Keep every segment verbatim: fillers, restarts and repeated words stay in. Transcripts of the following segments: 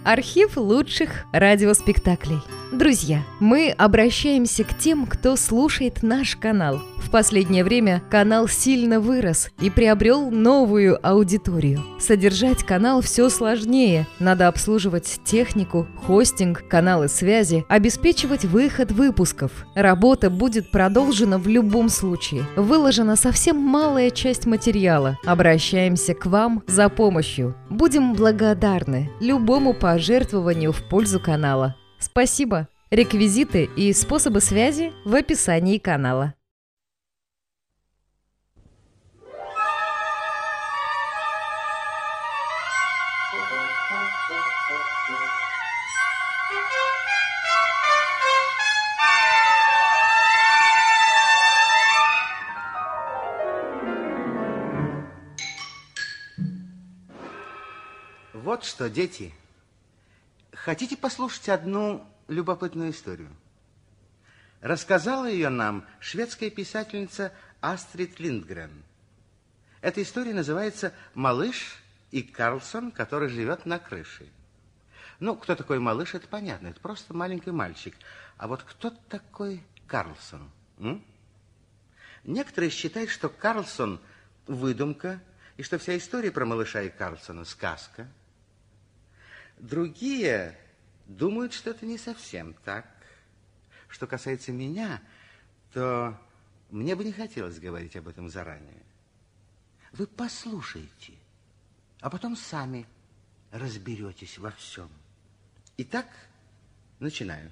Архив лучших радиоспектаклей. Друзья, мы обращаемся к тем, кто слушает наш канал. В последнее время канал сильно вырос и приобрел новую аудиторию. Содержать канал все сложнее. Надо обслуживать технику, хостинг, каналы связи, обеспечивать выход выпусков. Работа будет продолжена в любом случае. Выложена совсем малая часть материала. Обращаемся к вам за помощью. Будем благодарны любому пожертвованию в пользу канала. Спасибо! Реквизиты и способы связи в описании канала. Вот что, дети, хотите послушать одну любопытную историю? Рассказала ее нам шведская писательница Астрид Линдгрен. Эта история называется «Малыш и Карлсон, который живет на крыше». Ну, кто такой малыш, это понятно, это просто маленький мальчик. А вот кто такой Карлсон? М? Некоторые считают, что Карлсон – выдумка, и что вся история про малыша и Карлсона – сказка. Другие думают, что это не совсем так. Что касается меня, то мне бы не хотелось говорить об этом заранее. Вы послушайте, а потом сами разберетесь во всем. Итак, начинаю.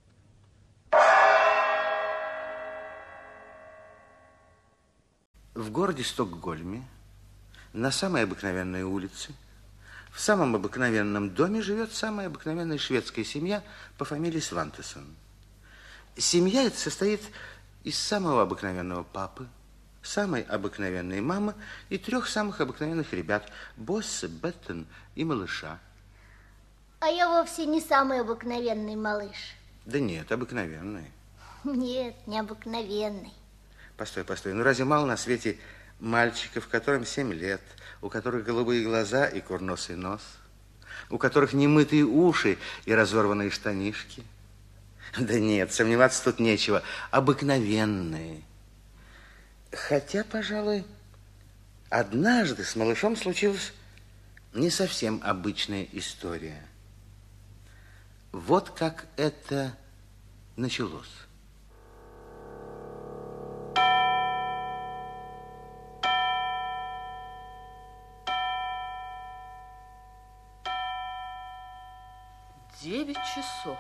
В городе Стокгольме, на самой обыкновенной улице, в самом обыкновенном доме живет самая обыкновенная шведская семья по фамилии Свантессон. Семья эта состоит из самого обыкновенного папы, самой обыкновенной мамы и трех самых обыкновенных ребят – Боссе, Беттен и малыша. А я вовсе не самый обыкновенный малыш. Да нет, обыкновенный. Нет, не обыкновенный. Постой, постой, ну разве мало на свете мальчиков, которым семь лет, у которых голубые глаза и курносый нос, у которых немытые уши и разорванные штанишки? Да нет, сомневаться тут нечего. Обыкновенные. Хотя, пожалуй, однажды с малышом случилась не совсем обычная история. Вот как это началось. Девять часов.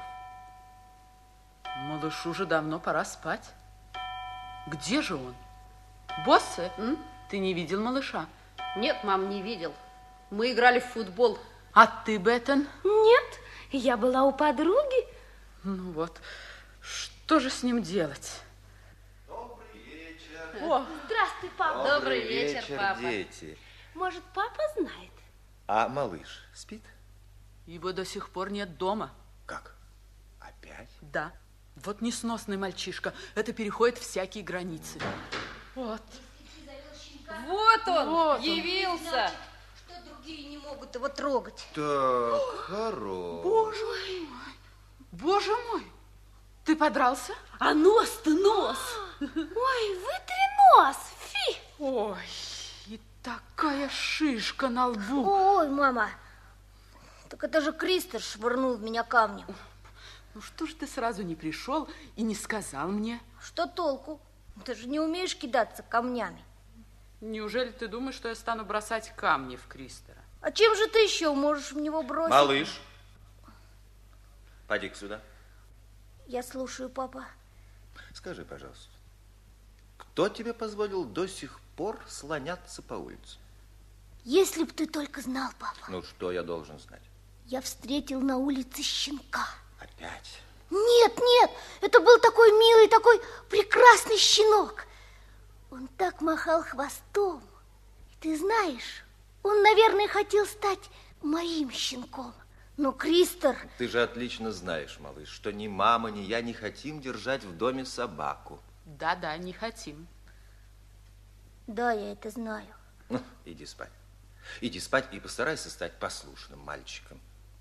Малышу уже давно пора спать. Где же он? Боссе, М? ты не видел малыша? Нет, мам, не видел. Мы играли в футбол. А ты, Беттен? Нет, я была у подруги. Ну вот, что же с ним делать? Добрый вечер. О, Здравствуй, папа. Добрый вечер, папа. дети. Может, папа знает? А малыш спит? его до сих пор нет дома. Как? Опять? Да, вот несносный мальчишка. Это переходит всякие границы. Вот. Вот он, Вот он. явился. Что другие не могут его трогать? Так, хорош. Боже мой, боже мой, ты подрался? А нос-то нос. Ой, вытри нос, фи. Ой, и такая шишка на лбу. Ой, мама, так это же Кристер швырнул в меня камнем. Ну что же ты сразу не пришел и не сказал мне? Что толку? Ты же не умеешь кидаться камнями. Неужели ты думаешь, что я стану бросать камни в Кристера? А чем же ты еще можешь в него бросить? Малыш, поди-ка сюда. Я слушаю, папа. Скажи, пожалуйста, кто тебе позволил до сих пор слоняться по улице? Если б ты только знал, папа. Ну, что я должен знать? Я встретил на улице щенка. Опять? Нет, нет, это был такой милый, такой прекрасный щенок. Он так махал хвостом. И ты знаешь, он, наверное, хотел стать моим щенком. Но Кристер... Ты же отлично знаешь, малыш, что ни мама, ни я не хотим держать в доме собаку. Да-да, не хотим. Да, я это знаю. Ну, иди спать. Иди спать и постарайся стать послушным мальчиком.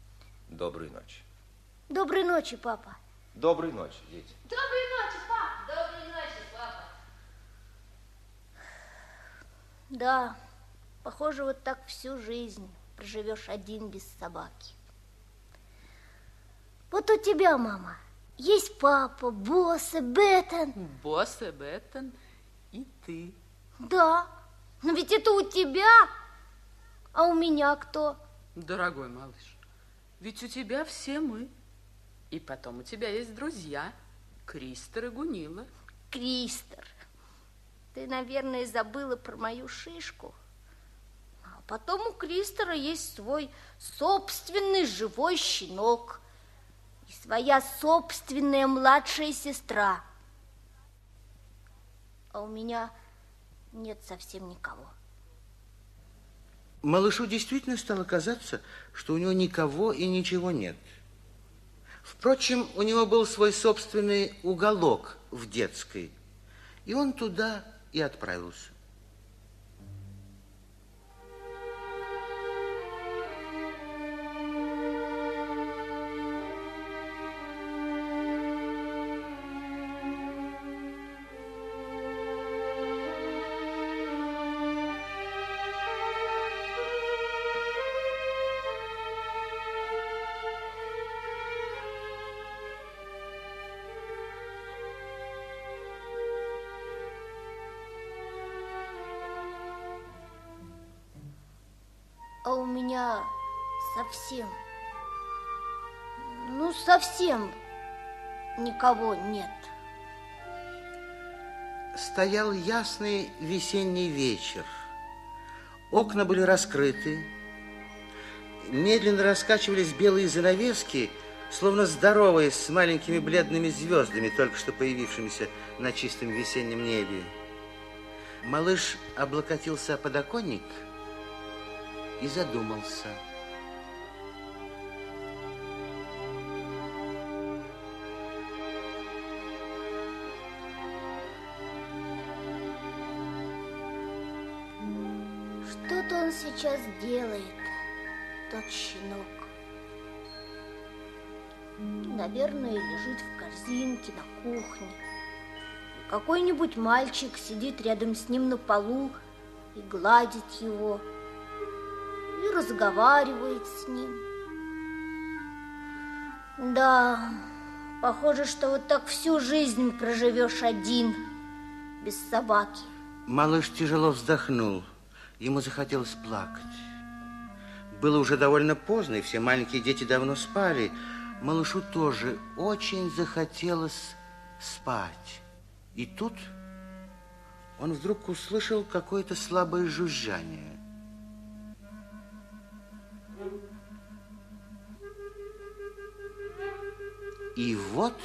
Доброй ночи. Доброй ночи, папа. Доброй ночи, дети. Доброй ночи, папа. Доброй ночи, папа. Да, похоже, вот так всю жизнь проживешь один без собаки. Вот у тебя, мама, есть папа, Босс и Беттон. Босс и Беттон и ты. Да, но ведь это у тебя, а у меня кто? Дорогой малыш, ведь у тебя все мы. И потом у тебя есть друзья, Кристер и Гунила. Кристер, ты, наверное, забыла про мою шишку. А потом у Кристера есть свой собственный живой щенок и своя собственная младшая сестра. А у меня нет совсем никого. Малышу действительно стало казаться, что у него никого и ничего нет. Впрочем, у него был свой собственный уголок в детской, и он туда и отправился. А у меня совсем, ну совсем никого нет. Стоял ясный весенний вечер. Окна были раскрыты. Медленно раскачивались белые занавески, словно здороваясь с маленькими бледными звездами, только что появившимися на чистом весеннем небе. Малыш облокотился о подоконник и задумался. Что-то он сейчас делает, тот щенок. Наверное, лежит в корзинке на кухне. И какой-нибудь мальчик сидит рядом с ним на полу и гладит его, и разговаривает с ним. Да, похоже, что вот так всю жизнь проживешь один, без собаки. Малыш тяжело вздохнул. Ему захотелось плакать. Было уже довольно поздно, и все маленькие дети давно спали. Малышу тоже очень захотелось спать. И тут он вдруг услышал какое-то слабое жужжание. И вот,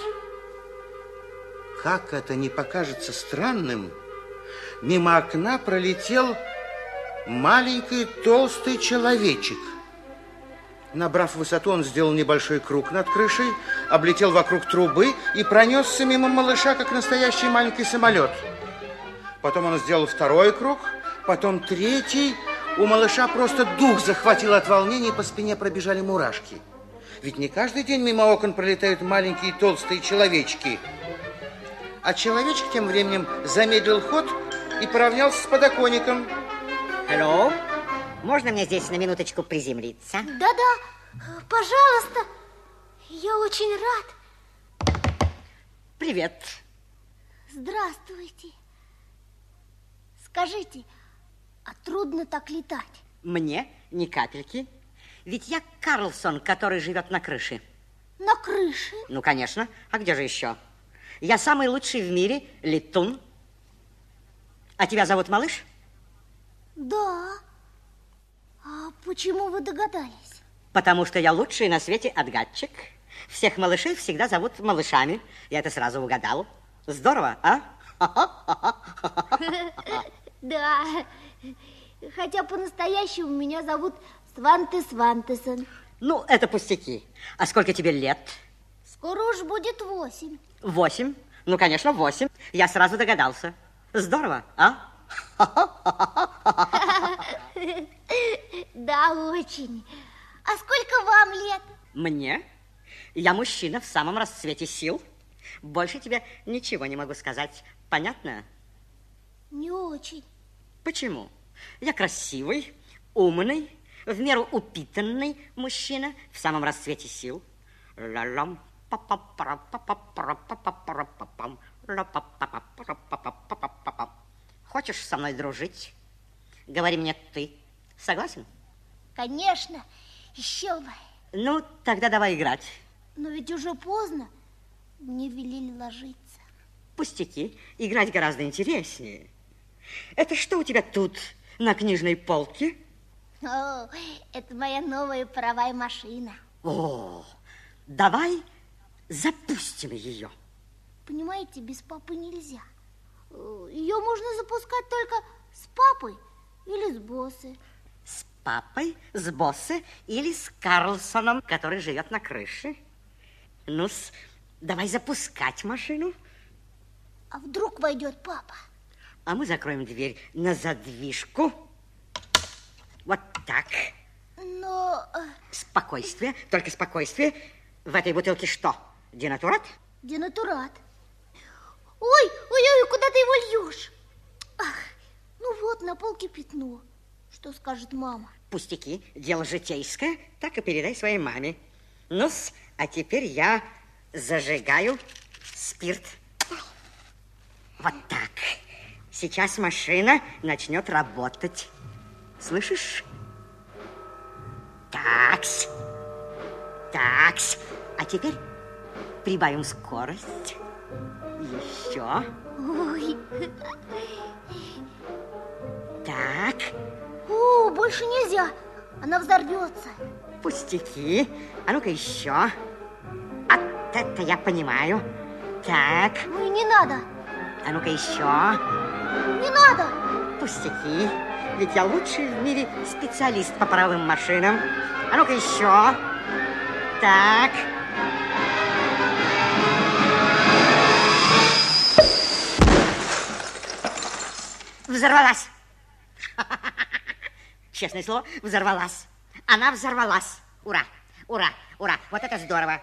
как это не покажется странным, мимо окна пролетел маленький толстый человечек. Набрав высоту, он сделал небольшой круг над крышей, облетел вокруг трубы и пронесся мимо малыша, как настоящий маленький самолет. Потом он сделал второй круг, потом третий. У малыша просто дух захватил от волнения, и по спине пробежали мурашки. Ведь не каждый день мимо окон пролетают маленькие толстые человечки. А человечек тем временем замедлил ход и поравнялся с подоконником. Алло, можно мне здесь на минуточку приземлиться? Да-да, пожалуйста, я очень рад. Привет. Здравствуйте. Скажите, а трудно так летать? Мне ни капельки. Ведь я Карлсон, который живет на крыше. На крыше? Ну, конечно. А где же еще? Я самый лучший в мире летун. А тебя зовут Малыш? Да. А почему вы догадались? Потому что я лучший на свете отгадчик. Всех малышей всегда зовут малышами. Я это сразу угадал. Здорово, а? Да. Хотя по-настоящему меня зовут Сванте Свантесон. Ну, это пустяки. А сколько тебе лет? Скоро уж будет восемь. Восемь? Ну, конечно, восемь. Я сразу догадался. Здорово, а? Да, очень. А сколько вам лет? Мне? Я мужчина в самом расцвете сил. Больше тебе ничего не могу сказать. Понятно? Не очень. Почему? Я красивый, умный, в меру упитанный мужчина в самом расцвете сил. Ла-лам, па-па-пара-па-па-пара-па-па-пара-па-пам. Ла-па-па-па-пара-па-па-па-па-пам. Хочешь со мной дружить? Говори мне ты. Согласен? Конечно, еще бы. Ну, тогда давай играть. Но ведь уже поздно. Мне велели ложиться. Пустяки. Играть гораздо интереснее. Это что у тебя тут на книжной полке? О, это моя новая паровая машина. О, давай запустим ее. Понимаете, без папы нельзя. Ее можно запускать только с папой или с боссом. С папой, с боссом или с Карлсоном, который живет на крыше. Ну-с, давай запускать машину. А вдруг войдет папа? А мы закроем дверь на задвижку. Вот так. Но... Спокойствие, только спокойствие. В этой бутылке что? Денатурат? Денатурат. Ой, ой-ой, куда ты его льешь? Ах, ну вот, на полке пятно. Что скажет мама? Пустяки, дело житейское, так и передай своей маме. Ну-с, а теперь я зажигаю спирт. Вот так. Сейчас машина начнет работать. Слышишь? Такс. Такс. А теперь прибавим скорость. Еще. Ой. Так. О, больше нельзя. Она взорвется. Пустяки. А ну-ка еще. Вот это я понимаю. Так. Ну и не надо. А ну-ка еще. Не надо. Пустяки. Ведь я лучший в мире специалист по паровым машинам. А ну-ка еще. Так. Взорвалась. Честное слово, взорвалась. Она взорвалась. Ура, ура, ура. Вот это здорово.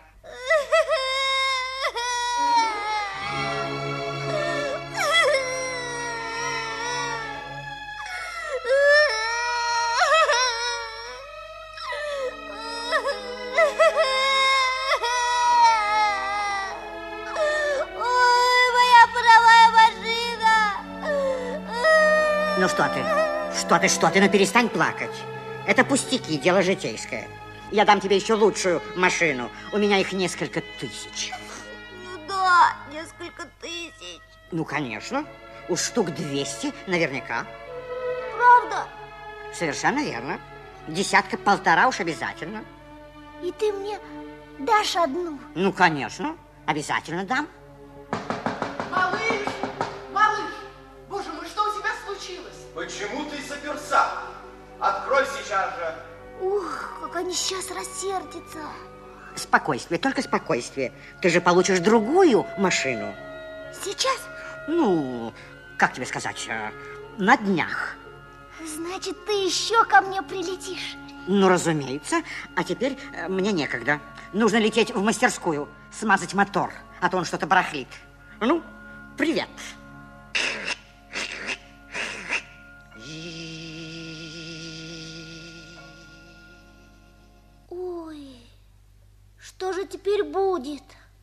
Ну что ты? Что ты, что ты? Ну перестань плакать. Это пустяки, дело житейское. Я дам тебе еще лучшую машину. У меня их несколько тысяч. Ну да, несколько тысяч. Ну, конечно. Уж штук двести наверняка. Правда? Совершенно верно. Десятка-полтора уж обязательно. И ты мне дашь одну? Ну, конечно. Обязательно дам. Малыш! Малыш! Боже мой, что у тебя случилось? Почему ты заперся? Открой сейчас же. Ух, как они сейчас рассердятся. Спокойствие, только спокойствие. Ты же получишь другую машину. Сейчас? Ну, как тебе сказать, на днях. Значит, ты еще ко мне прилетишь? Ну, разумеется. А теперь э, мне некогда. Нужно лететь в мастерскую, смазать мотор, а то он что-то барахлит. Ну, привет. Ой, что же теперь будет?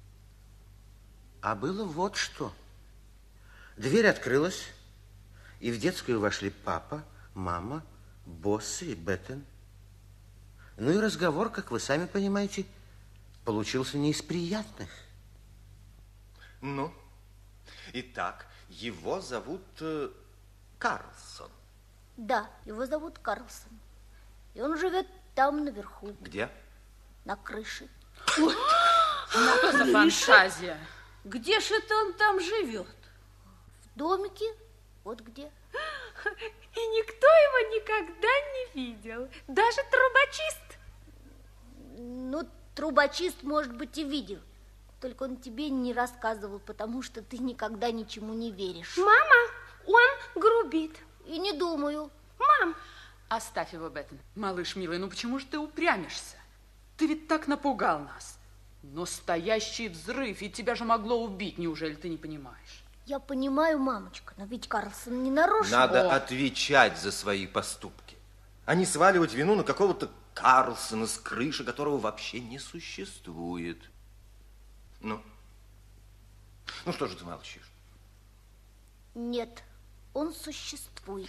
А было вот что. Дверь открылась, и в детскую вошли папа, мама, Босси и Беттен. Ну и разговор, как вы сами понимаете, получился не из приятных. Ну, итак, его зовут э, Карлсон. Да, его зовут Карлсон. И он живет там наверху. Где? На крыше. Что за фантазия? Где же это он там живет? В домике. Вот где. И никто его никогда не видел. Даже трубочист. Ну, трубочист, может быть, и видел. Только он тебе не рассказывал, потому что ты никогда ничему не веришь. Мама, он грубит. И не думаю. Мам. Оставь его, Беттен. Малыш, милый, ну почему же ты упрямишься? Ты ведь так напугал нас. Настоящий взрыв, и тебя же могло убить, неужели ты не понимаешь? Я понимаю, мамочка, но ведь Карлсон не нарочно. Надо О. отвечать за свои поступки, а не сваливать вину на какого-то Карлсона с крыши, которого вообще не существует. Ну, ну что же ты молчишь? Нет, он существует.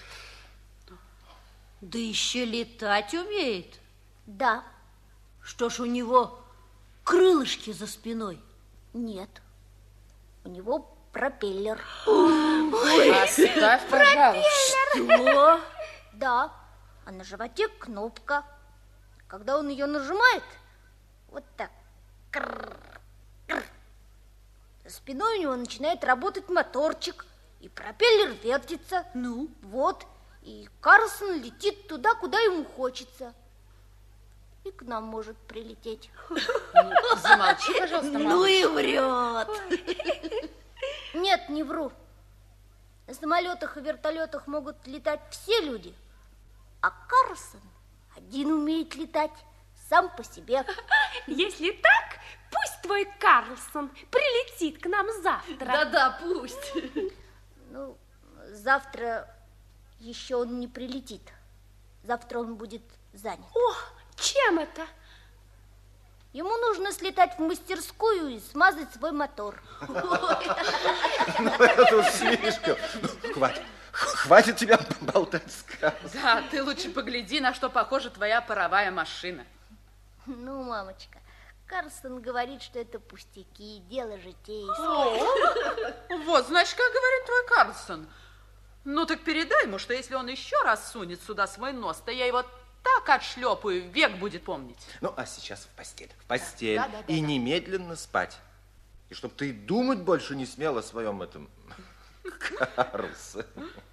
Да еще летать умеет. Да. Что ж у него крылышки за спиной? Нет. У него пропеллер. Оставь, пожалуйста. Что? Да. А на животе кнопка. Когда он ее нажимает, вот так. Крррр, крррр. За спиной у него начинает работать моторчик, и пропеллер вертится. Ну? Вот. И Карлсон летит туда, куда ему хочется. И к нам может прилететь. Замолчи, пожалуйста, мама. Ну и врет. Нет, не вру. На самолетах и вертолетах могут летать все люди, а Карлсон один умеет летать сам по себе. Если так, пусть твой Карлсон прилетит к нам завтра. Да-да, пусть. Ну, завтра еще он не прилетит. Завтра он будет занят. О, чем это? Ему нужно слетать в мастерскую и смазать свой мотор. Ну, это уж слишком. Ну, хватит, хватит тебя болтать сказки. Да, ты лучше погляди, на что похожа твоя паровая машина. Ну, мамочка, Карлсон говорит, что это пустяки, дело житейское. Вот, значит, как говорит твой Карлсон. Ну, так передай ему, что если он еще раз сунет сюда свой нос, то я его так отшлепаю, век будет помнить. Ну, а сейчас в постель. В постель. Да, да, да, и да. немедленно спать. И чтоб ты думать больше не смел о своем этом Карлсоне.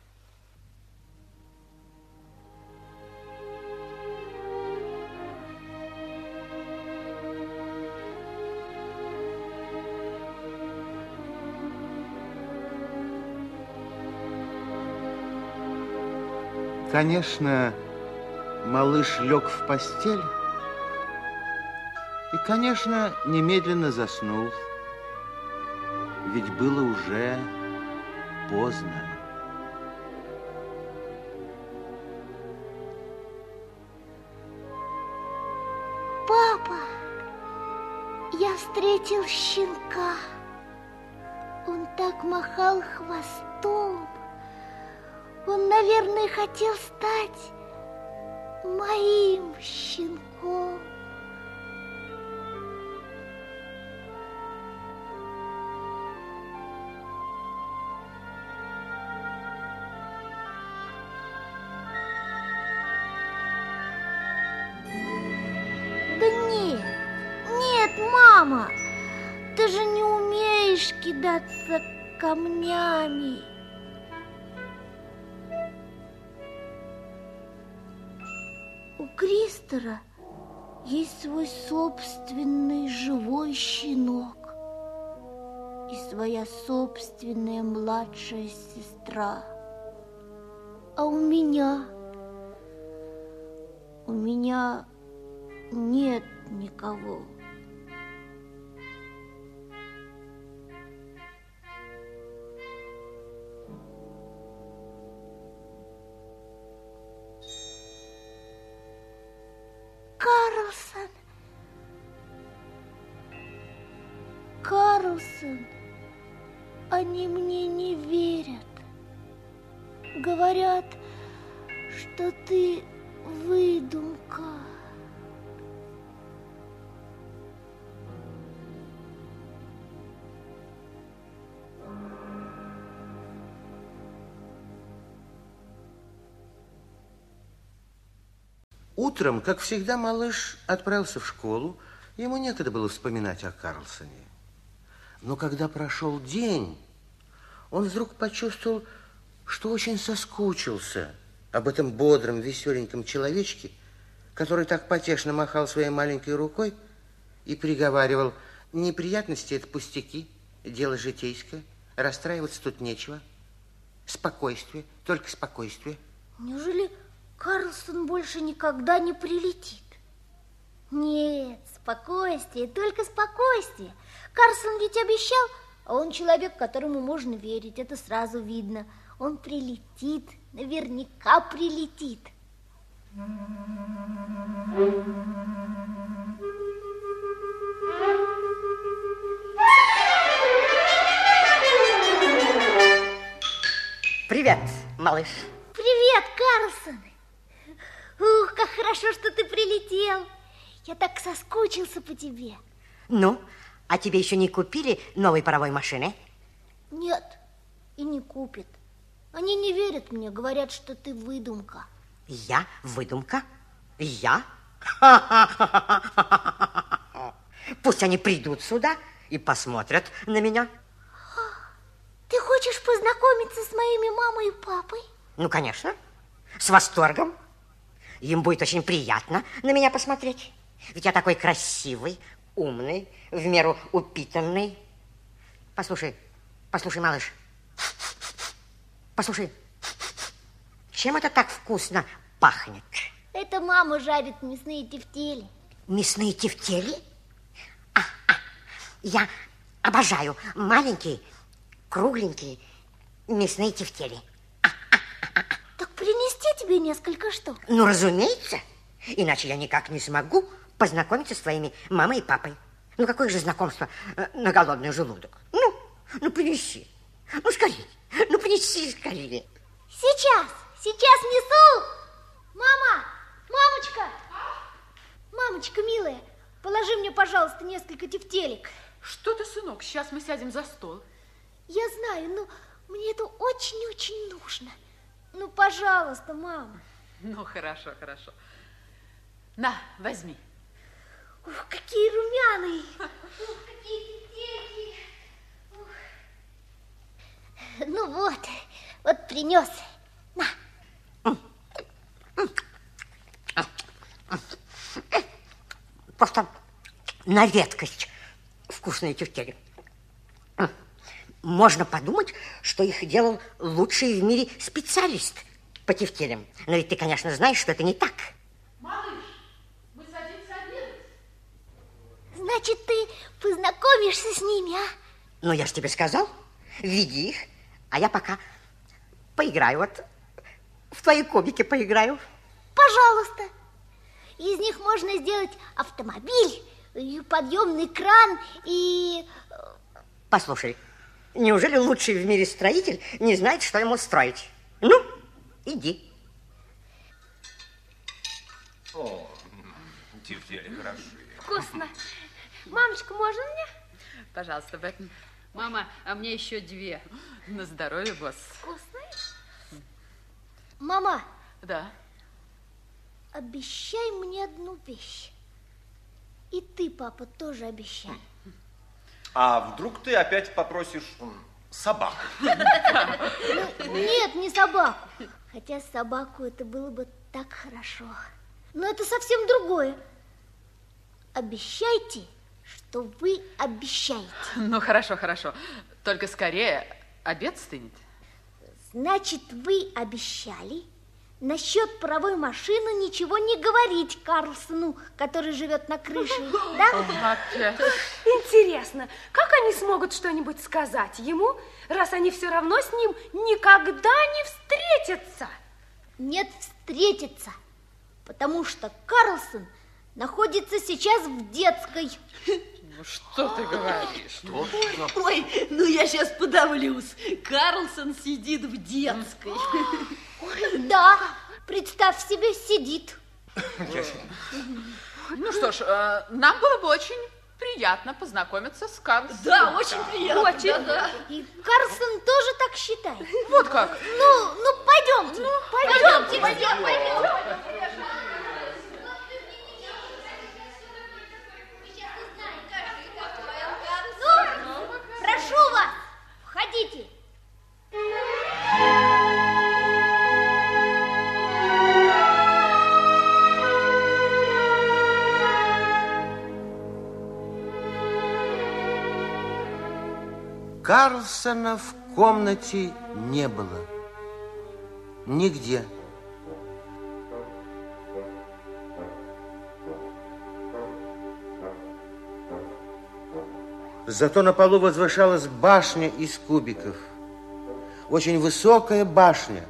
Конечно, малыш лег в постель и, конечно, немедленно заснул, ведь было уже поздно. Папа, я встретил щенка. Он так махал хвостом. Он, наверное, хотел стать моим щенком. Да нет, нет, мама, ты же не умеешь кидаться камнями. У Кристера есть свой собственный живой щенок и своя собственная младшая сестра. А у меня, у меня нет никого. Карлсон, Карлсон, они мне не верят. Говорят, что ты выдумка. Утром, как всегда, малыш отправился в школу. Ему некогда было вспоминать о Карлсоне. Но когда прошел день, он вдруг почувствовал, что очень соскучился об этом бодром, веселеньком человечке, который так потешно махал своей маленькой рукой и приговаривал: неприятности – это пустяки, дело житейское, расстраиваться тут нечего. Спокойствие, только спокойствие. Неужели Карлсон больше никогда не прилетит? Нет, спокойствие, только спокойствие. Карлсон ведь обещал, а он человек, которому можно верить, это сразу видно. Он прилетит, наверняка прилетит. Привет, малыш. Привет, Карлсон. Ух, как хорошо, что ты прилетел. Я так соскучился по тебе. Ну, а тебе еще не купили новой паровой машины? Нет, и не купят. Они не верят мне, говорят, что ты выдумка. Я выдумка? Я? Пусть они придут сюда и посмотрят на меня. Ты хочешь познакомиться с моими мамой и папой? Ну, конечно, с восторгом. Им будет очень приятно на меня посмотреть. Ведь я такой красивый, умный, в меру упитанный. Послушай, послушай, малыш. Послушай, чем это так вкусно пахнет? Это мама жарит мясные тефтели. Мясные тефтели? А, а, я обожаю маленькие, кругленькие мясные тефтели. Так принести тебе несколько штук? Ну, разумеется. Иначе я никак не смогу познакомиться с твоими мамой и папой. Ну, какое же знакомство на голодный желудок? Ну, ну, принеси. Ну, скорее. Ну, принеси скорее. Сейчас, сейчас несу. Мама, мамочка. Мамочка, милая, положи мне, пожалуйста, несколько тефтелек. Что ты, сынок, сейчас мы сядем за стол. Я знаю, но мне это очень-очень нужно. Ну, пожалуйста, мама. Ну, хорошо, хорошо. На, возьми. Ух, какие румяные. Ух, какие тефтельки. Ух. Ну вот, вот принес. На. Просто на редкость вкусные тефтели. Можно подумать, что их делал лучший в мире специалист по тефтелям. Но ведь ты, конечно, знаешь, что это не так. Малыш, мы садимся обедать. Значит, ты познакомишься с ними, а? Ну, я же тебе сказал, веди их, а я пока поиграю, вот в твои кубики поиграю. Пожалуйста. Из них можно сделать автомобиль, и подъемный кран, и... Послушай, неужели лучший в мире строитель не знает, что ему строить? Ну, иди. О, тефтели хороши. Вкусно. Мамочка, можно мне? Пожалуйста, Бэкон. Мама, а мне еще две. На здоровье, босс. Вкусные? Мама, Да. обещай мне одну вещь. И ты, папа, тоже обещай. А вдруг ты опять попросишь м, собаку? Ну, нет, не собаку. Хотя собаку это было бы так хорошо. Но это совсем другое. Обещайте, что вы обещаете. Ну, хорошо, хорошо. Только скорее обед стынет. Значит, вы обещали насчет паровой машины ничего не говорить Карлсону, который живет на крыше, да? Опять. Интересно, как они смогут что-нибудь сказать ему, раз они все равно с ним никогда не встретятся? Нет, встретиться, потому что Карлсон находится сейчас в детской. Ну, что ты говоришь? Что? Ой, ну я сейчас подавлюсь. Карлсон сидит в детской. Да, представь себе, сидит. Ну что ж, э, нам было бы очень приятно познакомиться с Карлсоном. Да, очень приятно. Очень. Да-да. И Карлсон тоже так считает. Вот как. Ну, ну, пойдемте. Пойдемте, пойдем, пойдем. Ну, прошу вас, входите. Карлсона в комнате не было. Нигде. Зато на полу возвышалась башня из кубиков. Очень высокая башня.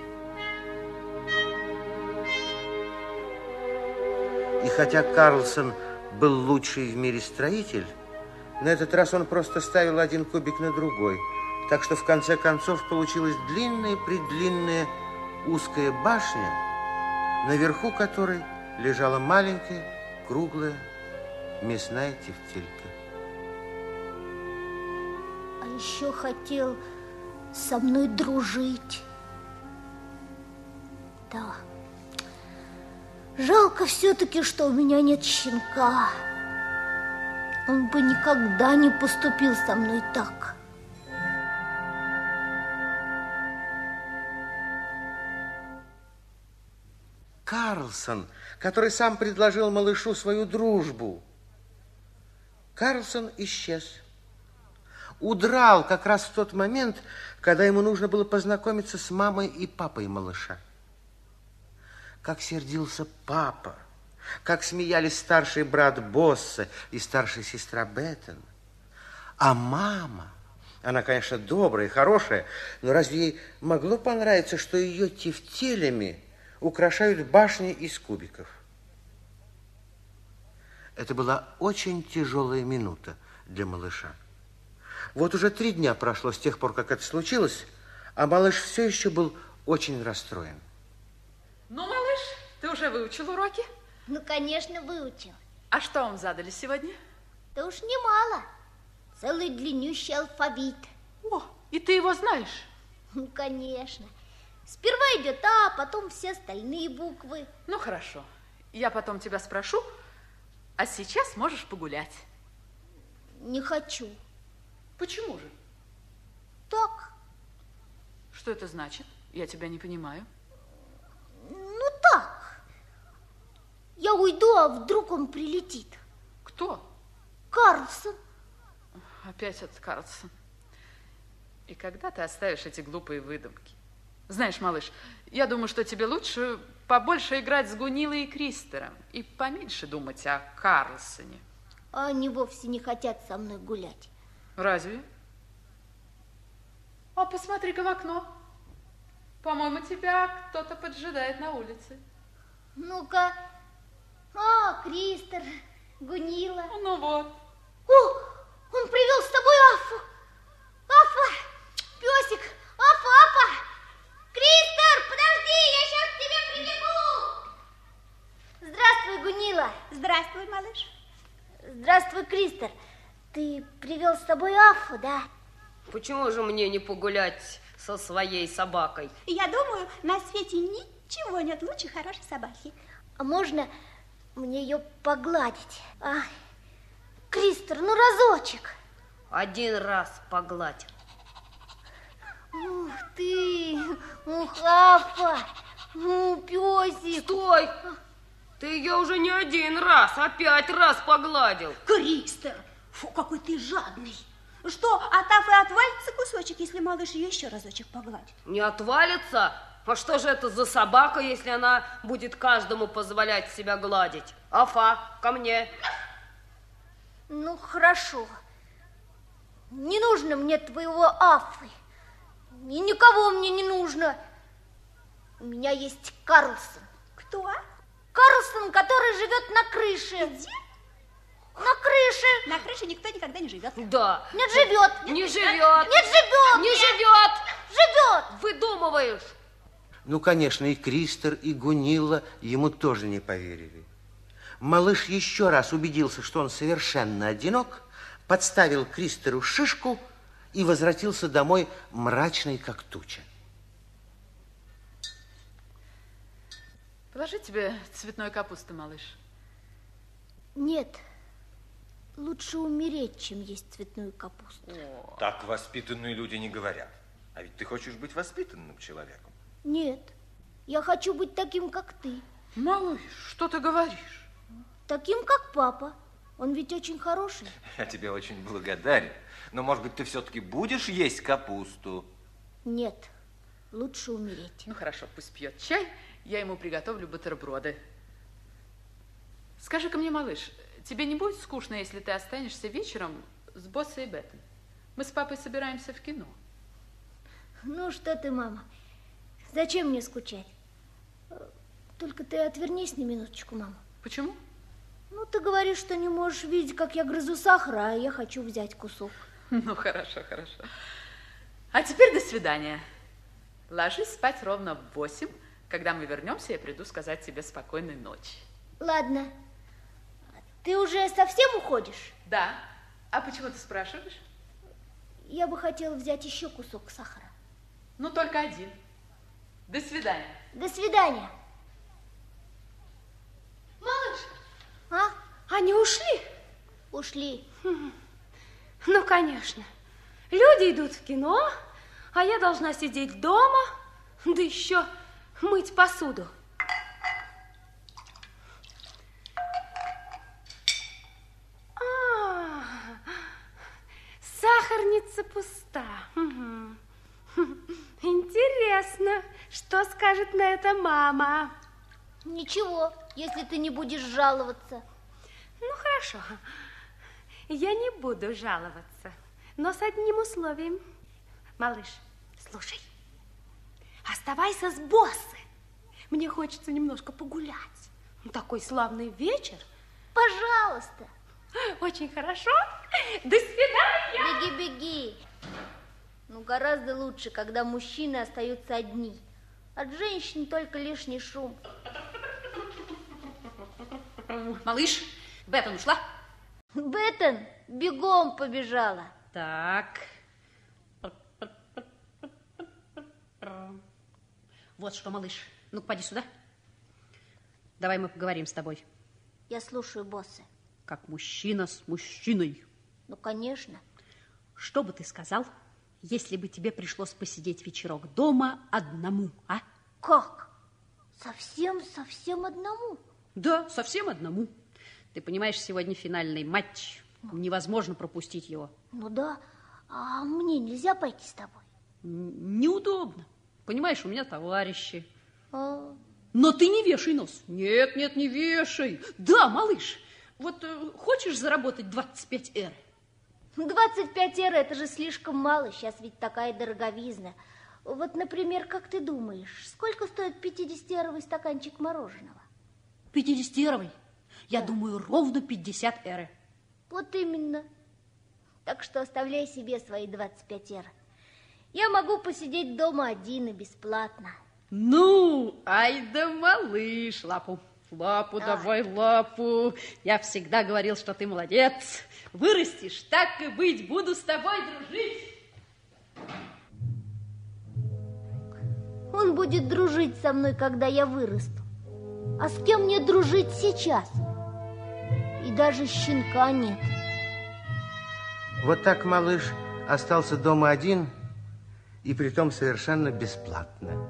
И хотя Карлсон был лучший в мире строитель, на этот раз он просто ставил один кубик на другой. Так что в конце концов получилась длинная-предлинная узкая башня, наверху которой лежала маленькая, круглая, мясная тефтелька. А еще хотел со мной дружить. Да. Жалко все-таки, что у меня нет щенка. Он бы никогда не поступил со мной так. Карлсон, который сам предложил малышу свою дружбу. Карлсон исчез. Удрал как раз в тот момент, когда ему нужно было познакомиться с мамой и папой малыша. Как сердился папа, как смеялись старший брат Босса и старшая сестра Беттен. А мама, она, конечно, добрая и хорошая, но разве ей могло понравиться, что ее тефтелями украшают башни из кубиков? Это была очень тяжелая минута для малыша. Вот уже три дня прошло с тех пор, как это случилось, а малыш все еще был очень расстроен. Ну, малыш, ты уже выучил уроки? Ну, конечно, выучил. А что вам задали сегодня? Да уж немало. Целый длиннющий алфавит. О, и ты его знаешь? Ну, конечно. Сперва идет А, потом все остальные буквы. Ну, хорошо. Я потом тебя спрошу, а сейчас можешь погулять. Не хочу. Почему же? Так. Что это значит? Я тебя не понимаю. Ну, так. Я уйду, а вдруг он прилетит. Кто? Карлсон. Опять этот Карлсон. И когда ты оставишь эти глупые выдумки? Знаешь, малыш, я думаю, что тебе лучше побольше играть с Гунилой и Кристером и поменьше думать о Карлсоне. А они вовсе не хотят со мной гулять. Разве? А посмотри-ка в окно. По-моему, тебя кто-то поджидает на улице. Ну-ка. А, Кристер, Гунила. Ну вот. О, он привел с собой Афу. Афа, песик, Афа, Афа. Кристер, подожди, я сейчас к тебе прибегу. Здравствуй, Гунила. Здравствуй, малыш. Здравствуй, Кристер. Ты привел с собой Афу, да? Почему же мне не погулять со своей собакой? Я думаю, на свете ничего нет лучше хорошей собаки. А можно мне ее погладить? А, Кристер, ну разочек. Один раз погладь. Ух ты, ух, Афа, ну, песик. Стой! Ты ее уже не один раз, а пять раз погладил. Кристер, фу, какой ты жадный. Что, от Афы отвалится кусочек, если малыш ее еще разочек погладит? Не отвалится? А что же это за собака, если она будет каждому позволять себя гладить? Афа, ко мне. Ну, хорошо. Не нужно мне твоего Афы. И никого мне не нужно. У меня есть Карлсон. Кто? Карлсон, который живет на крыше. Где? На крыше. На крыше никто никогда не живет. Да. Нет, живет. Не живет. Нет, живет. Не живет. Живет. Выдумываешь. Ну, конечно, и Кристер, и Гунилла ему тоже не поверили. Малыш еще раз убедился, что он совершенно одинок, подставил Кристеру шишку и возвратился домой мрачный, как туча. Положи тебе цветной капусты, малыш. Нет, лучше умереть, чем есть цветную капусту. Так воспитанные люди не говорят. А ведь ты хочешь быть воспитанным человеком. Нет, я хочу быть таким, как ты. Малыш, что ты говоришь? Таким, как папа. Он ведь очень хороший. Я тебе очень благодарен. Но, может быть, ты все-таки будешь есть капусту? Нет, лучше умереть. Ну, хорошо, пусть пьет чай, я ему приготовлю бутерброды. Скажи-ка мне, малыш, тебе не будет скучно, если ты останешься вечером с Боссой и Беттом. Мы с папой собираемся в кино. Ну что ты, мама, зачем мне скучать? Только ты отвернись на минуточку, мама. Почему? Ну, ты говоришь, что не можешь видеть, как я грызу сахар, а я хочу взять кусок. Ну, хорошо, хорошо. А теперь до свидания. Ложись спать ровно в восемь. Когда мы вернемся, я приду сказать тебе спокойной ночи. Ладно. Ты уже совсем уходишь? Да. А почему ты спрашиваешь? Я бы хотела взять еще кусок сахара. Ну, только один. До свидания. До свидания. Малыш, А? они ушли? Ушли. Ну, конечно. Люди идут в кино, а я должна сидеть дома, да еще мыть посуду. А, сахарница пуста. Интересно, что скажет на это мама? Ничего, если ты не будешь жаловаться. Ну, хорошо. Я не буду жаловаться, но с одним условием. Малыш, слушай, оставайся с Боссой. Мне хочется немножко погулять. Такой славный вечер. Пожалуйста. Очень хорошо. До свидания. Беги, беги. Ну, гораздо лучше, когда мужчины остаются одни. От женщин только лишний шум. Малыш, Беттон ушла? Беттон бегом побежала. Так. Вот что, малыш, ну-ка, поди сюда. Давай мы поговорим с тобой. Я слушаю, Босса. Как мужчина с мужчиной. Ну, конечно. Что бы ты сказал, если бы тебе пришлось посидеть вечерок дома одному, а? Как? Совсем-совсем одному? Да, совсем одному. Ты понимаешь, сегодня финальный матч. Невозможно пропустить его. Ну да. А мне нельзя пойти с тобой? Н- неудобно. Понимаешь, у меня товарищи. А... Но ты не вешай нос. Нет, нет, не вешай. Да, малыш, вот э, хочешь заработать двадцать пять эр? двадцать пять эр, это же слишком мало. Сейчас ведь такая дороговизна. Вот, например, как ты думаешь, сколько стоит пятидесятиэровый стаканчик мороженого? пятидесятиэровый? Я да. думаю, ровно пятьдесят эр. Вот именно. Так что оставляй себе свои двадцать пять эр. Я могу посидеть дома один и бесплатно. Ну, ай да малыш, лапу. Лапу, давай, давай лапу. Я всегда говорил, что ты молодец. Вырастешь, так и быть, буду с тобой дружить. Он будет дружить со мной, когда я вырасту. А с кем мне дружить сейчас? И даже щенка нет. Вот так малыш остался дома один, и притом совершенно бесплатно.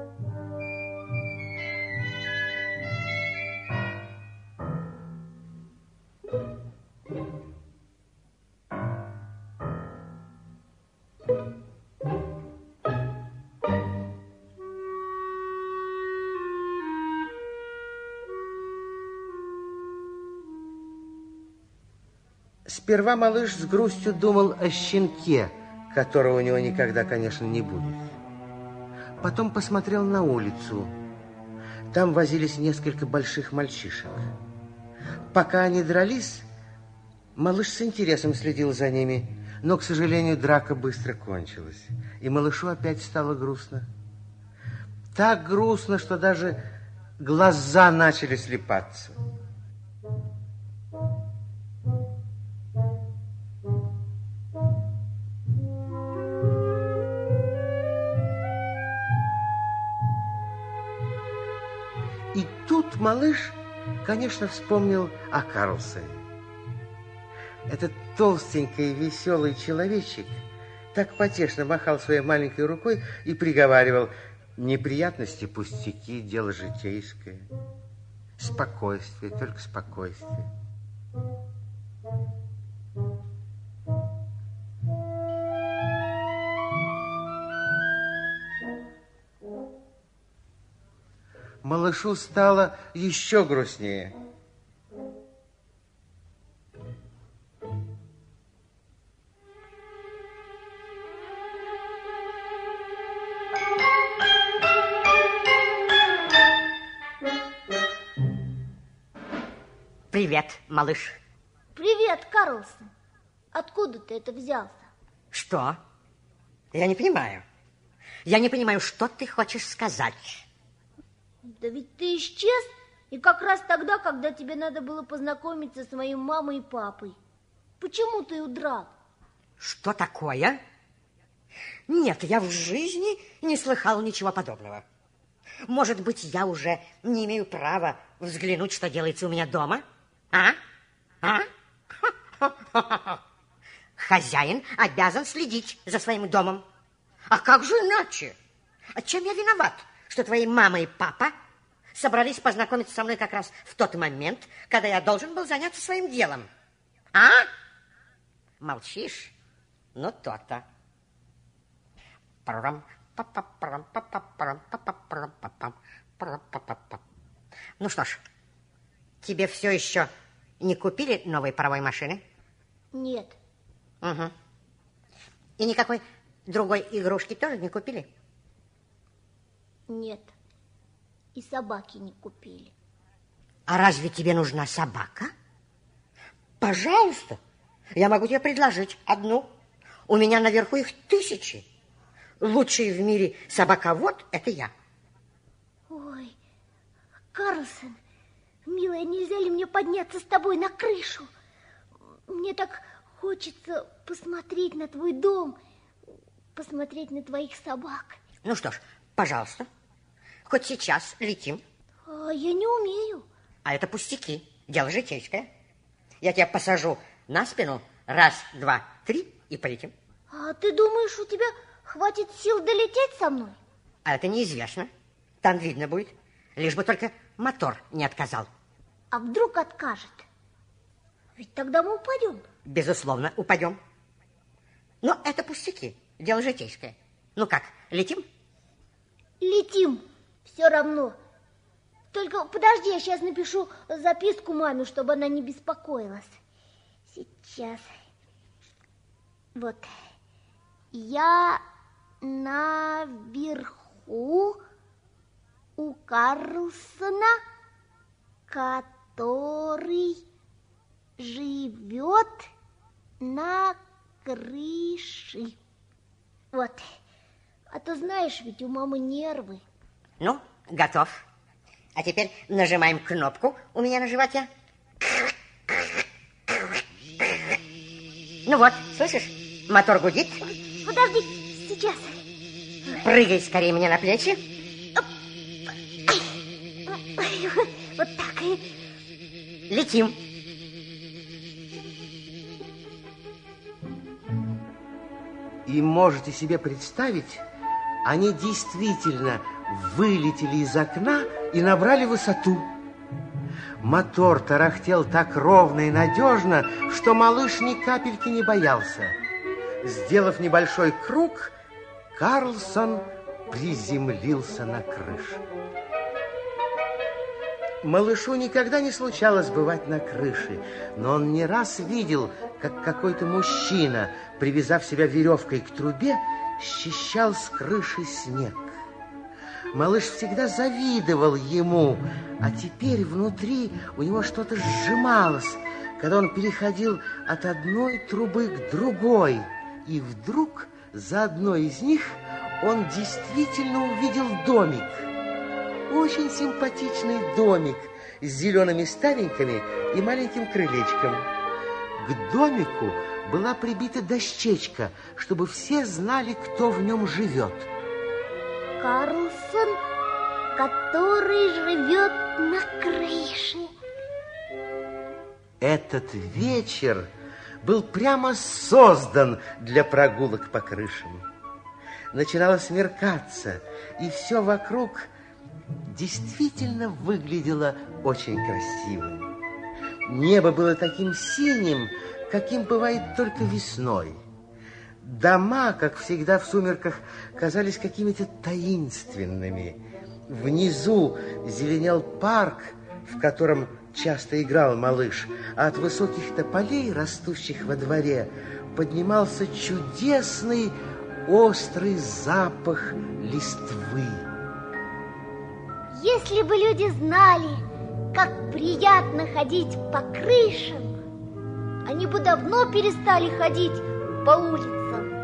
Сперва малыш с грустью думал о щенке, которого у него никогда, конечно, не будет. Потом посмотрел на улицу. Там возились несколько больших мальчишек. Пока они дрались, малыш с интересом следил за ними, но, к сожалению, драка быстро кончилась, и малышу опять стало грустно. Так грустно, что даже глаза начали слепаться. И тут малыш, конечно, вспомнил о Карлсоне. Этот толстенький веселый человечек так потешно махал своей маленькой рукой и приговаривал: неприятности, пустяки, дело житейское. Спокойствие, только спокойствие. Малышу стало еще грустнее. Привет, малыш. Привет, Карлсон. Откуда ты это взялся? Что? Я не понимаю. Я не понимаю, что ты хочешь сказать. Да ведь ты исчез, и как раз тогда, когда тебе надо было познакомиться с моей мамой и папой. Почему ты удрал? Что такое? Нет, я в жизни не слыхал ничего подобного. Может быть, я уже не имею права взглянуть, что делается у меня дома? А? А? Хозяин обязан следить за своим домом. А как же иначе? А чем я виноват, что твои мама и папа собрались познакомиться со мной как раз в тот момент, когда я должен был заняться своим делом? А? Молчишь? Ну, то-то. Ну что ж, тебе все еще не купили новой паровой машины? Нет. Угу. И никакой другой игрушки тоже не купили? Нет. И собаки не купили. А разве тебе нужна собака? Пожалуйста, я могу тебе предложить одну. У меня наверху их тысячи. Лучший в мире собаковод – это я. Ой, Карлсон, милая, нельзя ли мне подняться с тобой на крышу? Мне так хочется посмотреть на твой дом, посмотреть на твоих собак. Ну что ж, пожалуйста, хоть сейчас летим. А я не умею. А это пустяки, дело житейское. Я тебя посажу на спину, раз, два, три, и полетим. А ты думаешь, у тебя хватит сил долететь со мной? А это неизвестно. Там видно будет, лишь бы только мотор не отказал. А вдруг откажет? Ведь тогда мы упадем. Безусловно, упадем. Но это пустяки, дело житейское. Ну как, летим? Летим, все равно. Только подожди, я сейчас напишу записку маме, чтобы она не беспокоилась. Сейчас. Вот. Я наверху у Карлсона, который живет на крыше. Вот. А то знаешь, ведь у мамы нервы. Ну, готов. А теперь нажимаем кнопку у меня на животе. Ну вот, слышишь? Мотор гудит. Подожди, сейчас. Прыгай скорее мне на плечи. Вот, вот так. Летим. И можете себе представить, они действительно вылетели из окна и набрали высоту. Мотор тарахтел так ровно и надежно, что малыш ни капельки не боялся. Сделав небольшой круг, Карлсон приземлился на крышу. Малышу никогда не случалось бывать на крыше, но он не раз видел, как какой-то мужчина, привязав себя веревкой к трубе, счищал с крыши снег. Малыш всегда завидовал ему, а теперь внутри у него что-то сжималось, когда он переходил от одной трубы к другой, и вдруг за одной из них он действительно увидел домик. Очень симпатичный домик с зелеными ставеньками и маленьким крылечком. К домику была прибита дощечка, чтобы все знали, кто в нем живет. Карлсон, который живет на крыше. Этот вечер был прямо создан для прогулок по крышам. Начинало смеркаться, и все вокруг действительно выглядело очень красивым. Небо было таким синим, каким бывает только весной. Дома, как всегда в сумерках, казались какими-то таинственными. Внизу зеленел парк, в котором часто играл малыш, а от высоких тополей, растущих во дворе, поднимался чудесный острый запах листвы. Если бы люди знали, как приятно ходить по крышам. Они бы давно перестали ходить по улицам.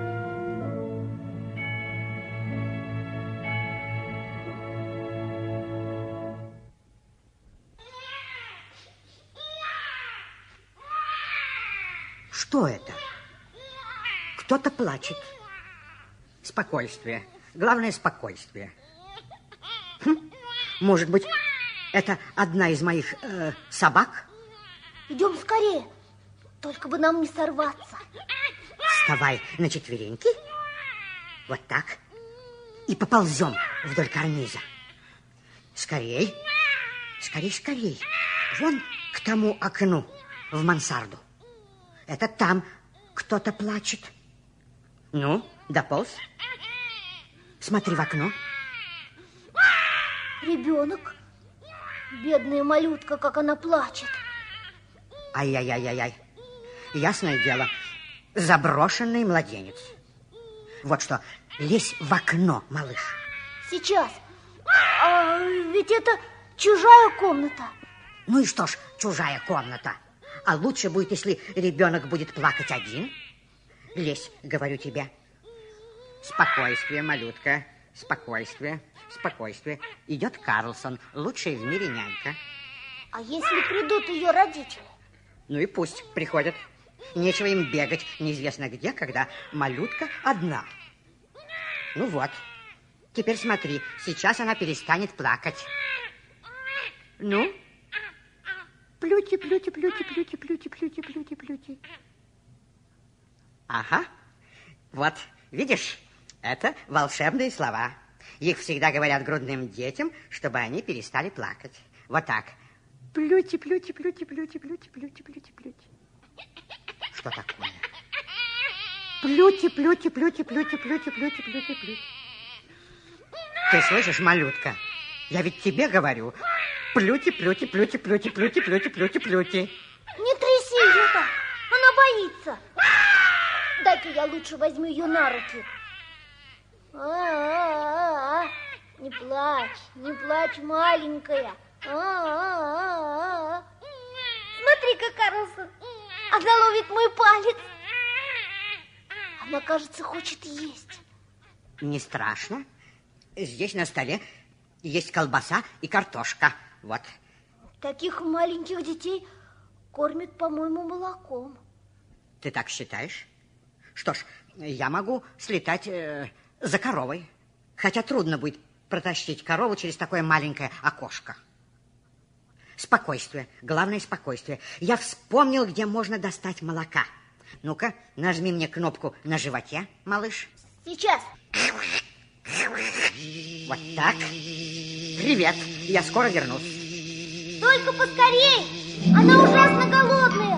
Что это? Кто-то плачет. Спокойствие. Главное, спокойствие. Хм. Может быть, это одна из моих э, собак? Идем скорее, только бы нам не сорваться. Вставай на четвереньки. Вот так. И поползем вдоль карниза. Скорей. Скорей, скорей. Вон к тому окну в мансарду. Это там кто-то плачет. Ну, дополз. Смотри в окно. Ребенок. Бедная малютка, как она плачет. Ай-яй-яй-яй-яй. Ясное дело, заброшенный младенец. Вот что, лезь в окно, малыш. Сейчас. А ведь это чужая комната. Ну и что ж, чужая комната. А лучше будет, если ребенок будет плакать один. Лезь, говорю тебе. Спокойствие, малютка. Спокойствие, спокойствие. Идет Карлсон, лучшая в мире нянька. А если придут ее родители? Ну и пусть приходят. Нечего им бегать неизвестно где, когда малютка одна. Ну вот. Теперь смотри, сейчас она перестанет плакать. Ну? Плюти, плюти, плюти, плюти, плюти, плюти, плюти, плюти. Ага. Вот, видишь, это волшебные слова. Их всегда говорят грудным детям, чтобы они перестали плакать. Вот так. Плюти, плюти, плюти, плюти, плюти, плюти, плюти, плюти. Что такое? Плюти, плюти, плюти, плюти, плюти, плюти, плюти, плюти. Ты слышишь, малютка? Я ведь тебе говорю. Плюти, плюти, плюти, плюти, плюти, плюти, плюти, плюти. Не тряси ее так, она боится. Дай-ка я лучше возьму ее на руки. А-а-а-а. Не плачь, не плачь, маленькая. А-а-а-а. Смотри-ка, Карлсон, она ловит мой палец. Она, кажется, хочет есть. Не страшно. Здесь на столе есть колбаса и картошка. Вот. Таких маленьких детей кормят, по-моему, молоком. Ты так считаешь? Что ж, я могу слетать э, за коровой. Хотя трудно будет протащить корову через такое маленькое окошко. Спокойствие. Главное, спокойствие. Я вспомнил, где можно достать молока. Ну-ка, нажми мне кнопку на животе, малыш. Сейчас. Вот так. Привет, я скоро вернусь. Только поскорей, она ужасно голодная.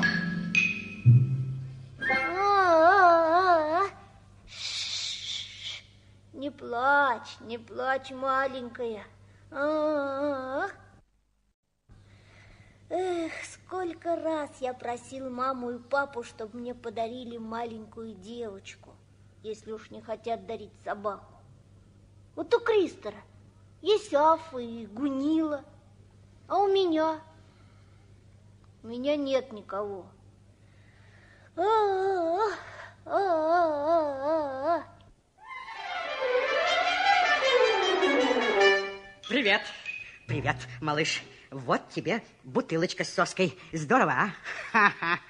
А-а-а-а. Не плачь, не плачь, маленькая. А-а-а. Эх, сколько раз я просил маму и папу, чтобы мне подарили маленькую девочку, если уж не хотят дарить собаку. Вот у Кристера есть Афа и Гунила, а у меня? У меня нет никого. А-а-а, а-а-а-а. Привет, привет, малыш. Вот тебе бутылочка с соской. Здорово, а?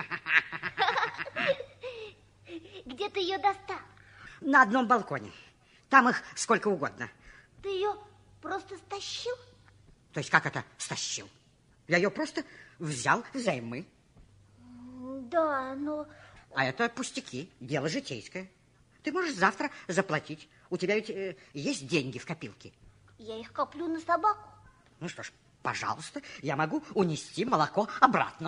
Где ты ее достал? На одном балконе. Там их сколько угодно. Ты ее просто стащил? То есть как это стащил? Я ее просто взял взаймы. Да, но... А это пустяки, дело житейское. Ты можешь завтра заплатить. У тебя ведь э, есть деньги в копилке. Я их коплю на собаку. Ну что ж, пожалуйста, я могу унести молоко обратно.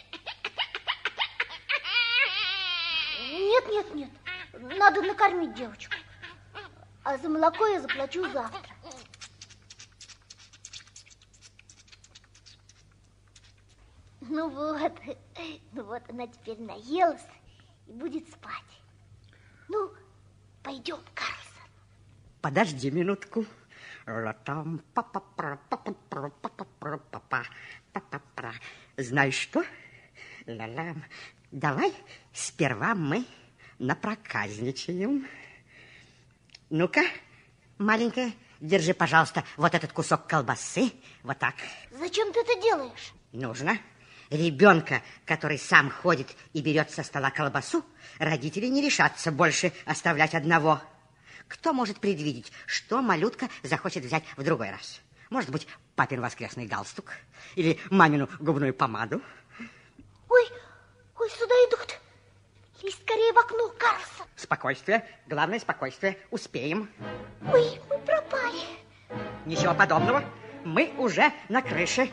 Нет, нет, нет. Надо накормить девочку. А за молоко я заплачу завтра. Ну вот, ну вот она теперь наелась и будет спать. Ну, пойдем, Карлсон. Подожди минутку. Знаешь что? Давай сперва мы напроказничаем. Ну-ка, маленькая, держи, пожалуйста, вот этот кусок колбасы. Вот так. Зачем ты это делаешь? Нужно. Ребенка, который сам ходит и берет со стола колбасу, родители не решатся больше оставлять одного. Кто может предвидеть, что малютка захочет взять в другой раз? Может быть, папин воскресный галстук? Или мамину губную помаду? Ой, ой, сюда идут. Лезь скорее в окно, Карлсон. Спокойствие. Главное, спокойствие. Успеем. Ой, мы пропали. Ничего подобного. Мы уже на крыше.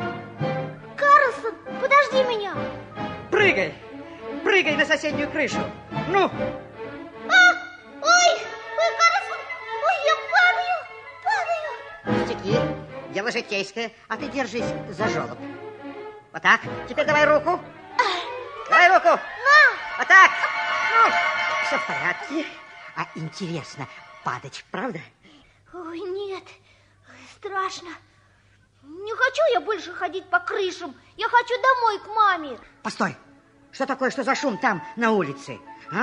Карлсон, подожди меня. Прыгай. Прыгай на соседнюю крышу. Ну. А, ой, ой, Карлсон. Ой, я падаю, падаю. Пустяки. Дело житейское. А ты держись за желоб. Вот так. Теперь давай руку. Давай руку. На. Вот так. Ну, все в порядке. А интересно, падать, правда? Ой, нет. Страшно. Не хочу я больше ходить по крышам. Я хочу домой к маме. Постой. Что такое, что за шум там на улице? А?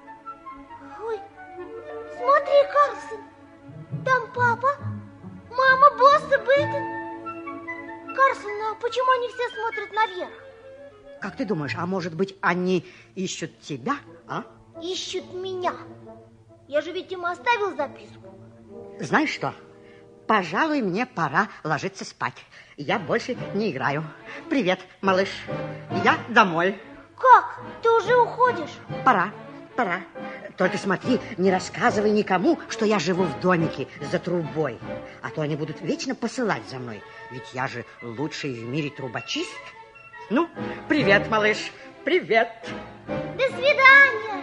Ой, смотри, Карлсон. Там папа, мама, босс и Бейтон. Карлсон, а почему они все смотрят наверх? Как ты думаешь, а может быть, они ищут тебя, а? Ищут меня. Я же ведь им оставил записку. Знаешь что? Пожалуй, мне пора ложиться спать. Я больше не играю. Привет, малыш. Я домой. Как? Ты уже уходишь? Пора, пора. Только смотри, не рассказывай никому, что я живу в домике за трубой. А то они будут вечно посылать за мной. Ведь я же лучший в мире трубочист. Ну, привет, малыш. Привет. До свидания.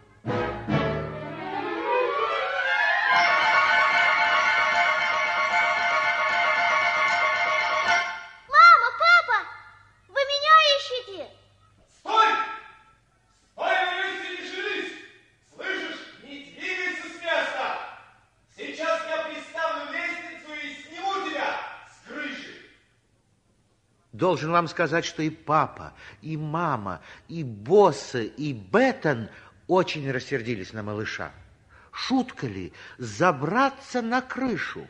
Мама, папа, вы меня ищете? Стой! Стой, не шевелись! Слышишь? Не двигайся с места! Сейчас я приставлю лестницу и сниму тебя с крыши! Должен вам сказать, что и папа, и мама, и боссы, и Беттон очень рассердились на малыша. Шутка ли забраться на крышу?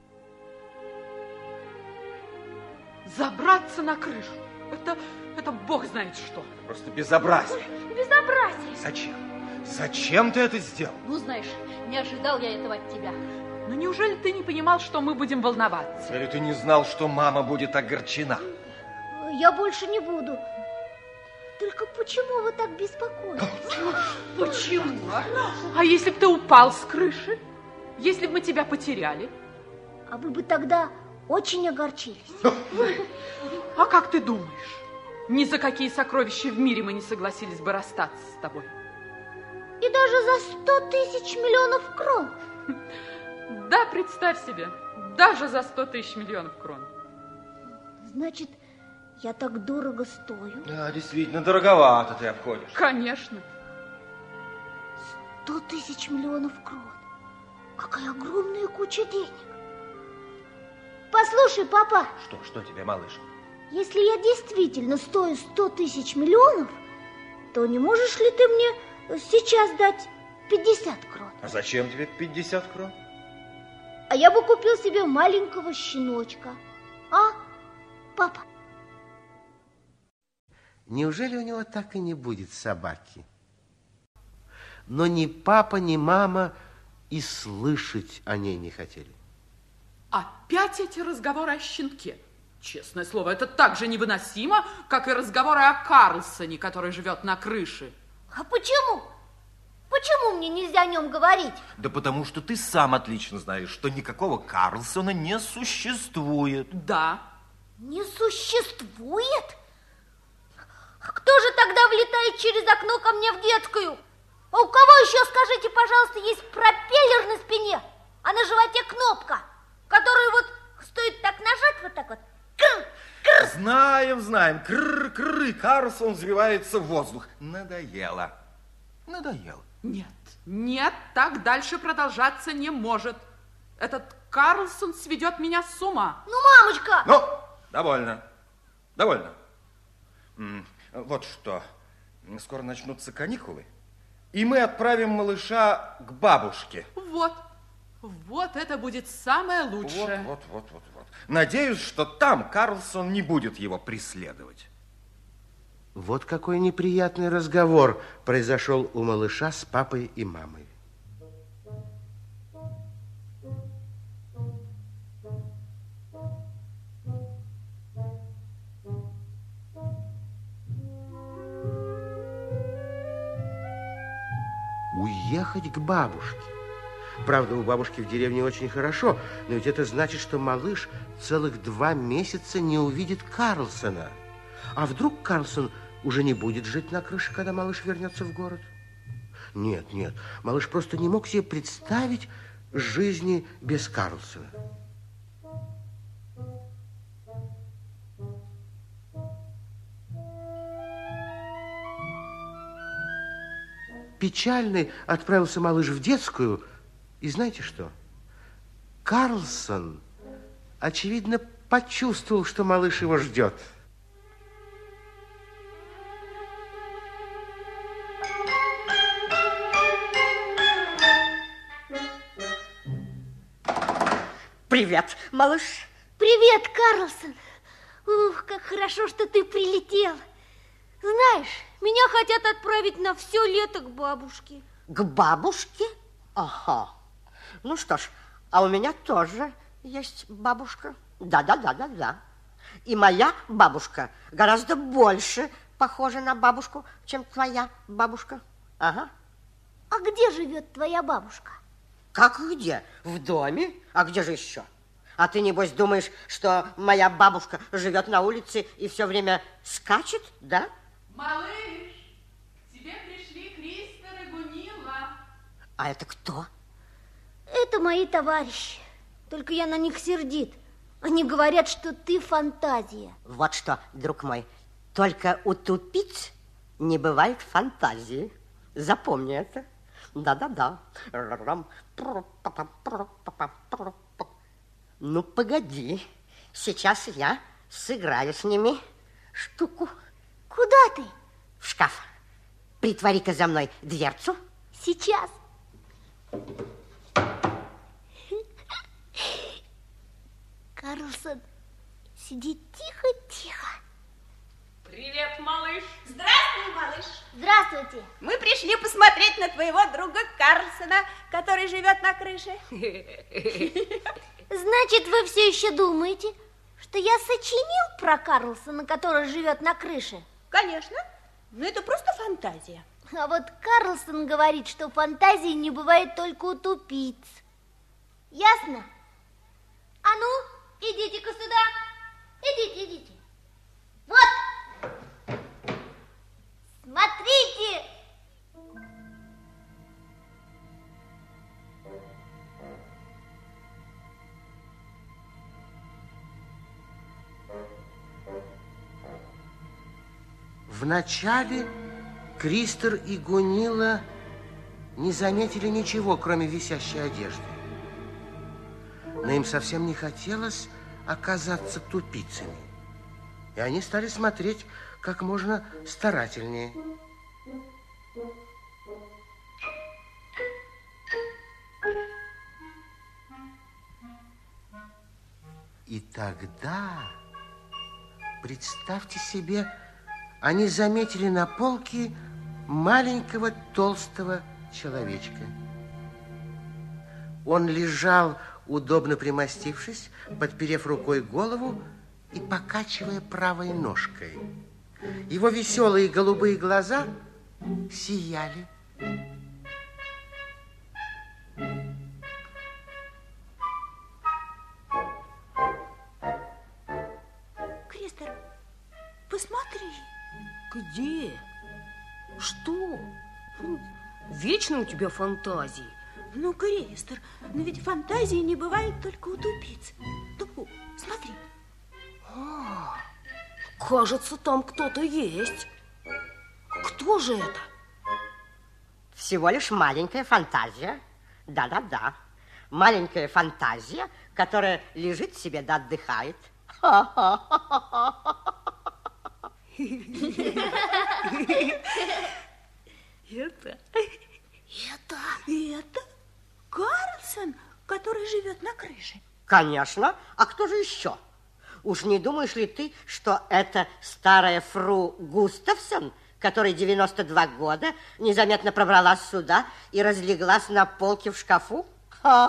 Забраться на крышу? Это, это бог знает что. Просто безобразие. Безобразие. Зачем? Зачем ты это сделал? Ну, знаешь, не ожидал я этого от тебя. Ну, неужели ты не понимал, что мы будем волноваться? Или ты не знал, что мама будет огорчена? Я больше не буду. Только почему вы так беспокоитесь? Почему? А если бы ты упал с крыши? Если бы мы тебя потеряли? А вы бы тогда очень огорчились. А как ты думаешь, ни за какие сокровища в мире мы не согласились бы расстаться с тобой? И даже за сто тысяч миллионов крон? Да, представь себе, даже за сто тысяч миллионов крон. Значит, я так дорого стою? Да, действительно, дороговато ты обходишь. Конечно. Сто тысяч миллионов крон. Какая огромная куча денег. Послушай, папа. Что, что тебе, малыш? Если я действительно стою сто тысяч миллионов, то не можешь ли ты мне сейчас дать пятьдесят крон? А зачем тебе пятьдесят крон? А я бы купил себе маленького щеночка. А, папа? Неужели у него так и не будет собаки? Но ни папа, ни мама и слышать о ней не хотели. Опять эти разговоры о щенке. Честное слово, это так же невыносимо, как и разговоры о Карлсоне, который живет на крыше. А почему? Почему мне нельзя о нем говорить? Да потому что ты сам отлично знаешь, что никакого Карлсона не существует. Да. Не существует? Кто же тогда влетает через окно ко мне в детскую? А у кого еще, скажите, пожалуйста, есть пропеллер на спине, а на животе кнопка, которую вот стоит так нажать, вот так вот. Крр, крр. Знаем, знаем. Крр, крр, и Карлсон взвивается в воздух. Надоело. Надоело. Нет, нет, так дальше продолжаться не может. Этот Карлсон сведет меня с ума. Ну, мамочка! Ну, довольно. Довольно. Вот что. Скоро начнутся каникулы, и мы отправим малыша к бабушке. Вот. Вот это будет самое лучшее. Вот, вот, вот, вот, вот. Надеюсь, что там Карлсон не будет его преследовать. Вот какой неприятный разговор произошел у малыша с папой и мамой. Уехать к бабушке. Правда, у бабушки в деревне очень хорошо, но ведь это значит, что малыш целых два месяца не увидит Карлсона. А вдруг Карлсон уже не будет жить на крыше, когда малыш вернется в город? Нет, нет, малыш просто не мог себе представить жизни без Карлсона. Печальный отправился малыш в детскую, и знаете что? Карлсон, очевидно, почувствовал, что малыш его ждет. Привет, малыш. Привет, Карлсон. Ух, как хорошо, что ты прилетел. Знаешь, меня хотят отправить на все лето к бабушке. К бабушке? Ага. Ну что ж, а у меня тоже есть бабушка. Да-да-да-да-да. И моя бабушка гораздо больше похожа на бабушку, чем твоя бабушка. Ага. А где живет твоя бабушка? Как где? В доме? А где же еще? А ты, небось, думаешь, что моя бабушка живет на улице и все время скачет, да? Малыш, к тебе пришли Кристер и Гунила. А это кто? Это мои товарищи. Только я на них сердит. Они говорят, что ты фантазия. Вот что, друг мой, только у тупиц не бывает фантазии. Запомни это. Да-да-да. Ну, погоди. Сейчас я сыграю с ними штуку. Куда ты? В шкаф. Притвори-ка за мной дверцу. Сейчас. Карлсон сидит тихо-тихо. Привет, малыш. Здравствуй, малыш. Здравствуйте. Мы пришли посмотреть на твоего друга Карлсона, который живет на крыше. Значит, вы все еще думаете, что я сочинил про Карлсона, который живет на крыше? Конечно, но это просто фантазия. А вот Карлсон говорит, что фантазии не бывает только у тупиц. Ясно? А ну, идите-ка сюда. Идите, идите. Вот. Смотрите. Вначале Кристер и Гунила не заметили ничего, кроме висящей одежды. Но им совсем не хотелось оказаться тупицами. И они стали смотреть как можно старательнее. И тогда, представьте себе, они заметили на полке маленького толстого человечка. Он лежал, удобно примостившись, подперев рукой голову и покачивая правой ножкой. Его веселые голубые глаза сияли. Кристер, посмотри. Где? Что? Вечно у тебя фантазии. Ну, Кристер, но ведь фантазии не бывает только у тупиц. Тупу, смотри. А, кажется, там кто-то есть. Кто же это? Всего лишь маленькая фантазия. Да-да-да. маленькая фантазия, которая лежит себе да отдыхает. Это? Это? Это Карлсон, который живет на крыше? Конечно. А кто же еще? Уж не думаешь ли ты, что это старая фру Густавсон, которой девяносто два года, незаметно пробралась сюда и разлеглась на полке в шкафу? Ой,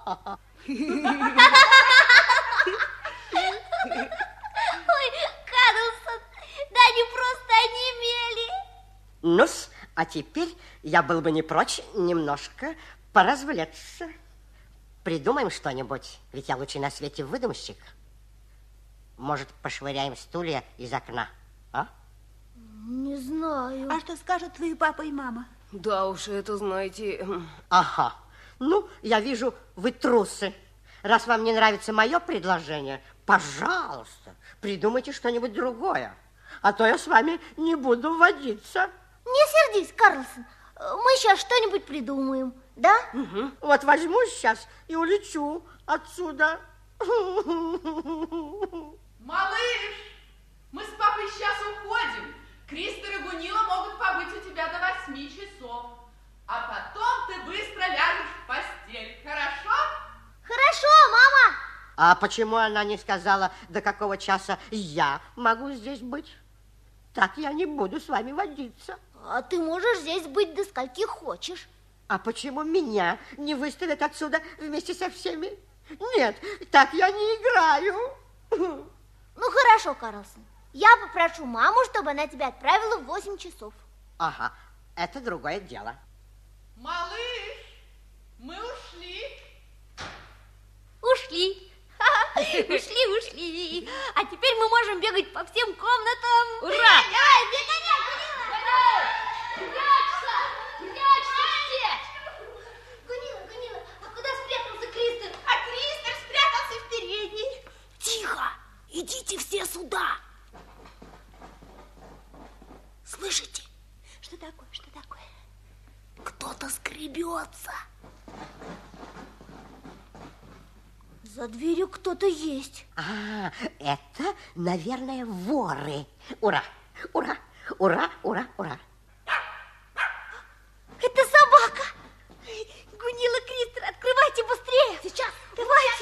Карлсон, да они просто онемели. Ну-с, а теперь я был бы не прочь немножко поразвлекаться. Придумаем что-нибудь, ведь я лучший на свете выдумщик. Может, пошвыряем стулья из окна, а? Не знаю. А что скажут твои папа и мама? Да уж, это, знаете... Ага. Ну, я вижу, вы трусы. Раз вам не нравится мое предложение, пожалуйста, придумайте что-нибудь другое. А то я с вами не буду водиться. Не сердись, Карлсон. Мы сейчас что-нибудь придумаем, да? Угу. Вот возьму сейчас и улечу отсюда. Малыш, мы с папой сейчас уходим. Кристер и Гунила могут побыть у тебя до восьми часов. А потом ты быстро ляжешь в постель. Хорошо? Хорошо, мама. А почему она не сказала, до какого часа я могу здесь быть? Так я не буду с вами водиться. А ты можешь здесь быть до скольки хочешь. А почему меня не выставят отсюда вместе со всеми? Нет, так я не играю. Ну, хорошо, Карлсон. Я попрошу маму, чтобы она тебя отправила в восемь часов. Ага, это другое дело. Малыш, мы ушли. Ушли. Ушли, ушли. А теперь мы можем бегать по всем комнатам. Ура! Давай, бегай, Гунила! Прячься! Прячься все! Гунила, Гунила, а куда спрятался Кристер? А Кристер спрятался в передней. Тихо! Идите все сюда! Слышите? Что такое, что такое? Кто-то скребется. За дверью кто-то есть. А, это, наверное, воры. Ура, ура, ура, ура, ура. Это собака. Гунила, Кристер, открывайте быстрее. Сейчас. Давайте.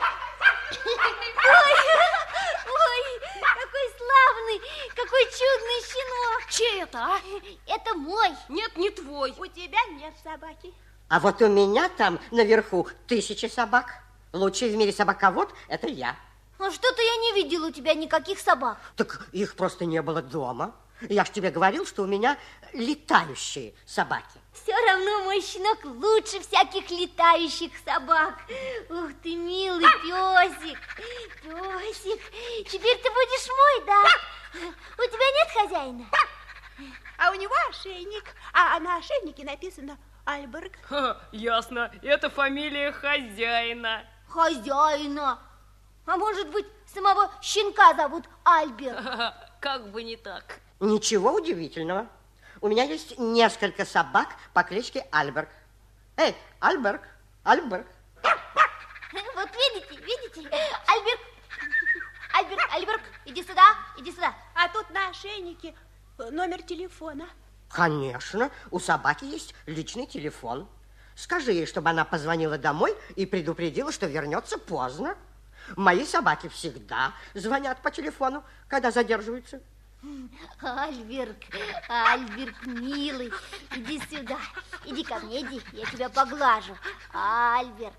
Ой, ой, какой славный, какой чудный щенок. Чей это, а? Это мой. Нет, не твой. У тебя нет собаки. А вот у меня там наверху тысячи собак. Лучший в мире собаковод – это я. Ну, что-то я не видела у тебя никаких собак. Так их просто не было дома. Я ж тебе говорил, что у меня летающие собаки. Все равно мой щенок лучше всяких летающих собак. Ух ты, милый песик. Песик, теперь ты будешь мой, да? У тебя нет хозяина? А у него ошейник. А на ошейнике написано Альберг. Ха, ясно, это фамилия хозяина. Хозяина. А может быть, самого щенка зовут Альберт? Как бы не так. Ничего удивительного. У меня есть несколько собак по кличке Альберг. Эй, Альберг, Альберг. Вот видите, видите? Альберг, Альберг, Альберг, иди сюда, иди сюда. А тут на ошейнике номер телефона. Конечно, у собаки есть личный телефон. Скажи ей, чтобы она позвонила домой и предупредила, что вернется поздно. Мои собаки всегда звонят по телефону, когда задерживаются. Альберг, Альберг, милый, иди сюда. Иди ко мне, иди, я тебя поглажу. Альберг.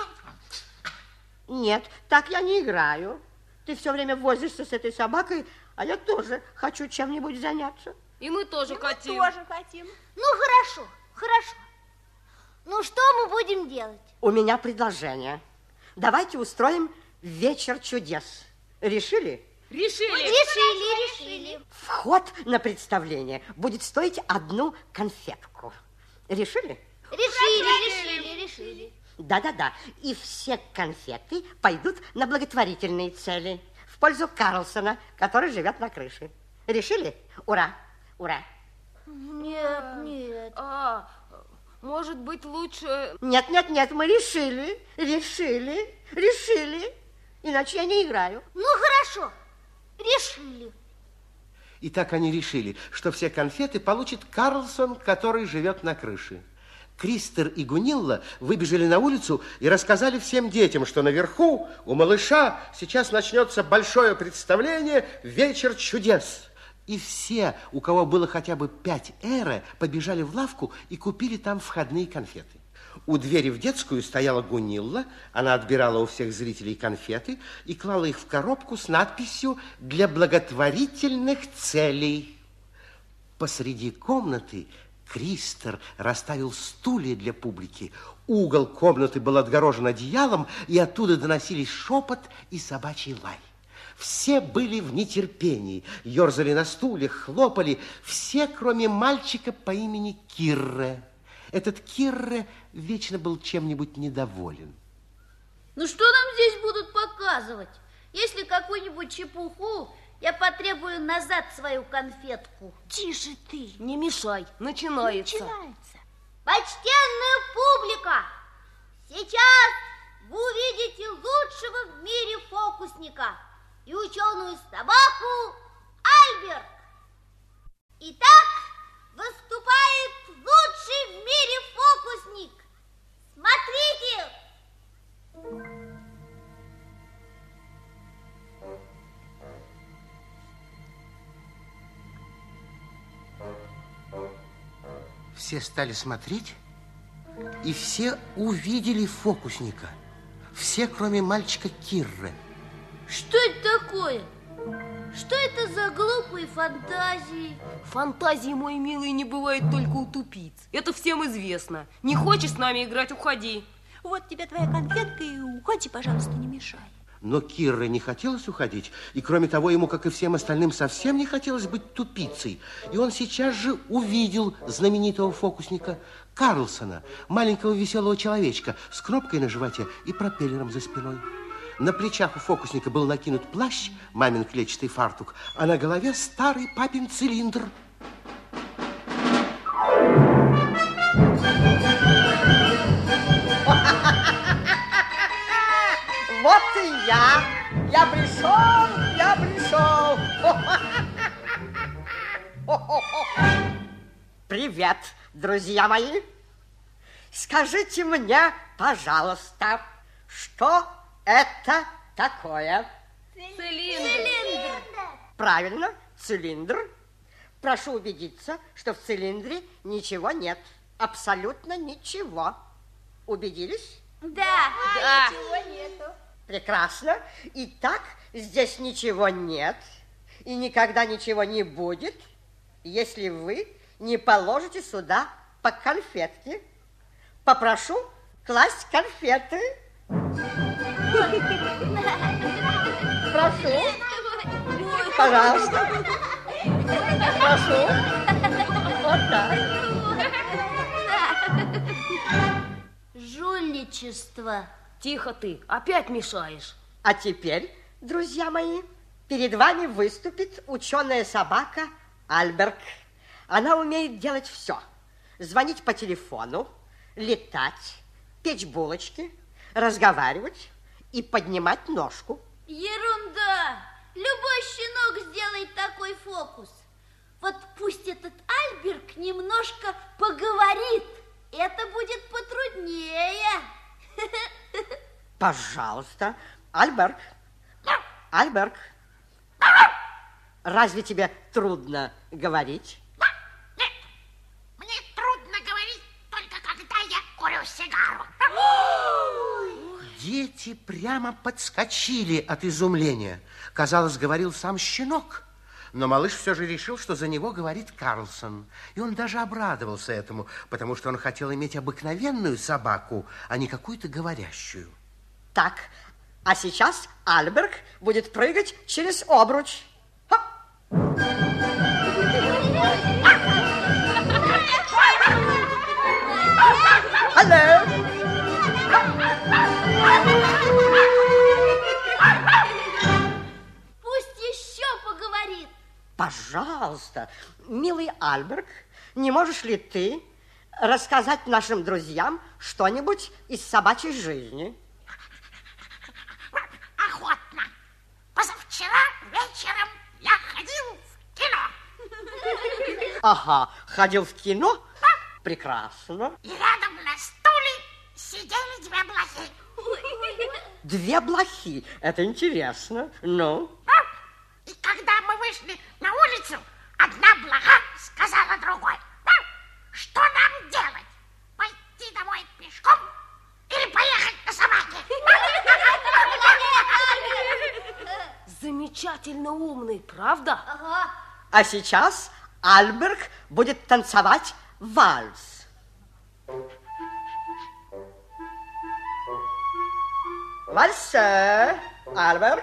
Нет, так я не играю. Ты все время возишься с этой собакой, а я тоже хочу чем-нибудь заняться. И мы тоже И хотим. Мы тоже хотим. Ну, хорошо, хорошо. Ну, что мы будем делать? У меня предложение. Давайте устроим вечер чудес. Решили? Решили. Решили, решили. Вход на представление будет стоить одну конфетку. Решили? Решили, решили, решили. Да-да-да. И все конфеты пойдут на благотворительные цели. В пользу Карлсона, который живет на крыше. Решили? Ура! Ура! Нет, нет. А, Может быть, лучше... Нет, нет, нет, мы решили, решили, решили. Иначе я не играю. Ну, хорошо, решили. И так они решили, что все конфеты получит Карлсон, который живет на крыше. Кристер и Гунилла выбежали на улицу и рассказали всем детям, что наверху у малыша сейчас начнется большое представление «Вечер чудес». И все, у кого было хотя бы пять эре, побежали в лавку и купили там входные конфеты. У двери в детскую стояла Гунилла, она отбирала у всех зрителей конфеты и клала их в коробку с надписью «Для благотворительных целей». Посреди комнаты Кристер расставил стулья для публики. Угол комнаты был отгорожен одеялом, и оттуда доносились шепот и собачий лай. Все были в нетерпении, ерзали на стульях, хлопали, все, кроме мальчика по имени Кирре. Этот Кирре вечно был чем-нибудь недоволен. Ну что нам здесь будут показывать? Если какую-нибудь чепуху, я потребую назад свою конфетку. Тише ты. Не мешай, начинается. Начинается. Почтенная публика, сейчас вы увидите лучшего в мире фокусника и ученую собаку Альберт. Итак, выступает лучший в мире фокусник. Смотрите! Все стали смотреть, и все увидели фокусника. Все, кроме мальчика Кирре. Что это такое? Что это за глупые фантазии? Фантазии, мой милый, не бывает только у тупиц. Это всем известно. Не хочешь с нами играть, уходи. Вот тебе твоя конфетка, и уходи, пожалуйста, не мешай. Но Кирре не хотелось уходить, и кроме того, ему, как и всем остальным, совсем не хотелось быть тупицей. И он сейчас же увидел знаменитого фокусника Карлсона, маленького веселого человечка с кнопкой на животе и пропеллером за спиной. На плечах у фокусника был накинут плащ, мамин клетчатый фартук, а на голове старый папин цилиндр. Вот и я. Я пришел, я пришел. Привет, друзья мои. Скажите мне, пожалуйста, что это такое? Цилиндр. Правильно, цилиндр. Прошу убедиться, что в цилиндре ничего нет. Абсолютно ничего. Убедились? Да. Да. Ничего нету. Прекрасно. Итак, здесь ничего нет и никогда ничего не будет, если вы не положите сюда по конфетке. Попрошу класть конфеты. Прошу. Пожалуйста. Прошу. Вот так. Жульничество. Тихо ты, опять мешаешь. А теперь, друзья мои, перед вами выступит ученая собака Альберт. Она умеет делать все. Звонить по телефону, летать, печь булочки, разговаривать и поднимать ножку. Ерунда! Любой щенок сделает такой фокус. Вот пусть этот Альберт немножко поговорит. Это будет потруднее. Пожалуйста, Альберт. Альберт. Разве тебе трудно говорить? Нет, мне трудно говорить только когда я курю сигару. Дети прямо подскочили от изумления. Казалось, говорил сам щенок. Но малыш все же решил, что за него говорит Карлсон. И он даже обрадовался этому, потому что он хотел иметь обыкновенную собаку, а не какую-то говорящую. Так, а сейчас Альберт будет прыгать через обруч. Хоп! Алло! Пусть еще поговорит. Пожалуйста, милый Альберт, не можешь ли ты рассказать нашим друзьям что-нибудь из собачьей жизни? Охотно. Позавчера вечером я ходил в кино. Ага, ходил в кино? Прекрасно. И рядом на стуле сидели две блохи. Две блохи? Это интересно. Ну? И когда мы вышли на улицу, одна блоха сказала другой: что нам делать? Пойти домой пешком или поехать на собаке? Замечательно умный, правда? Ага. А сейчас Альберг будет танцевать вальс. Вальс, Альберг.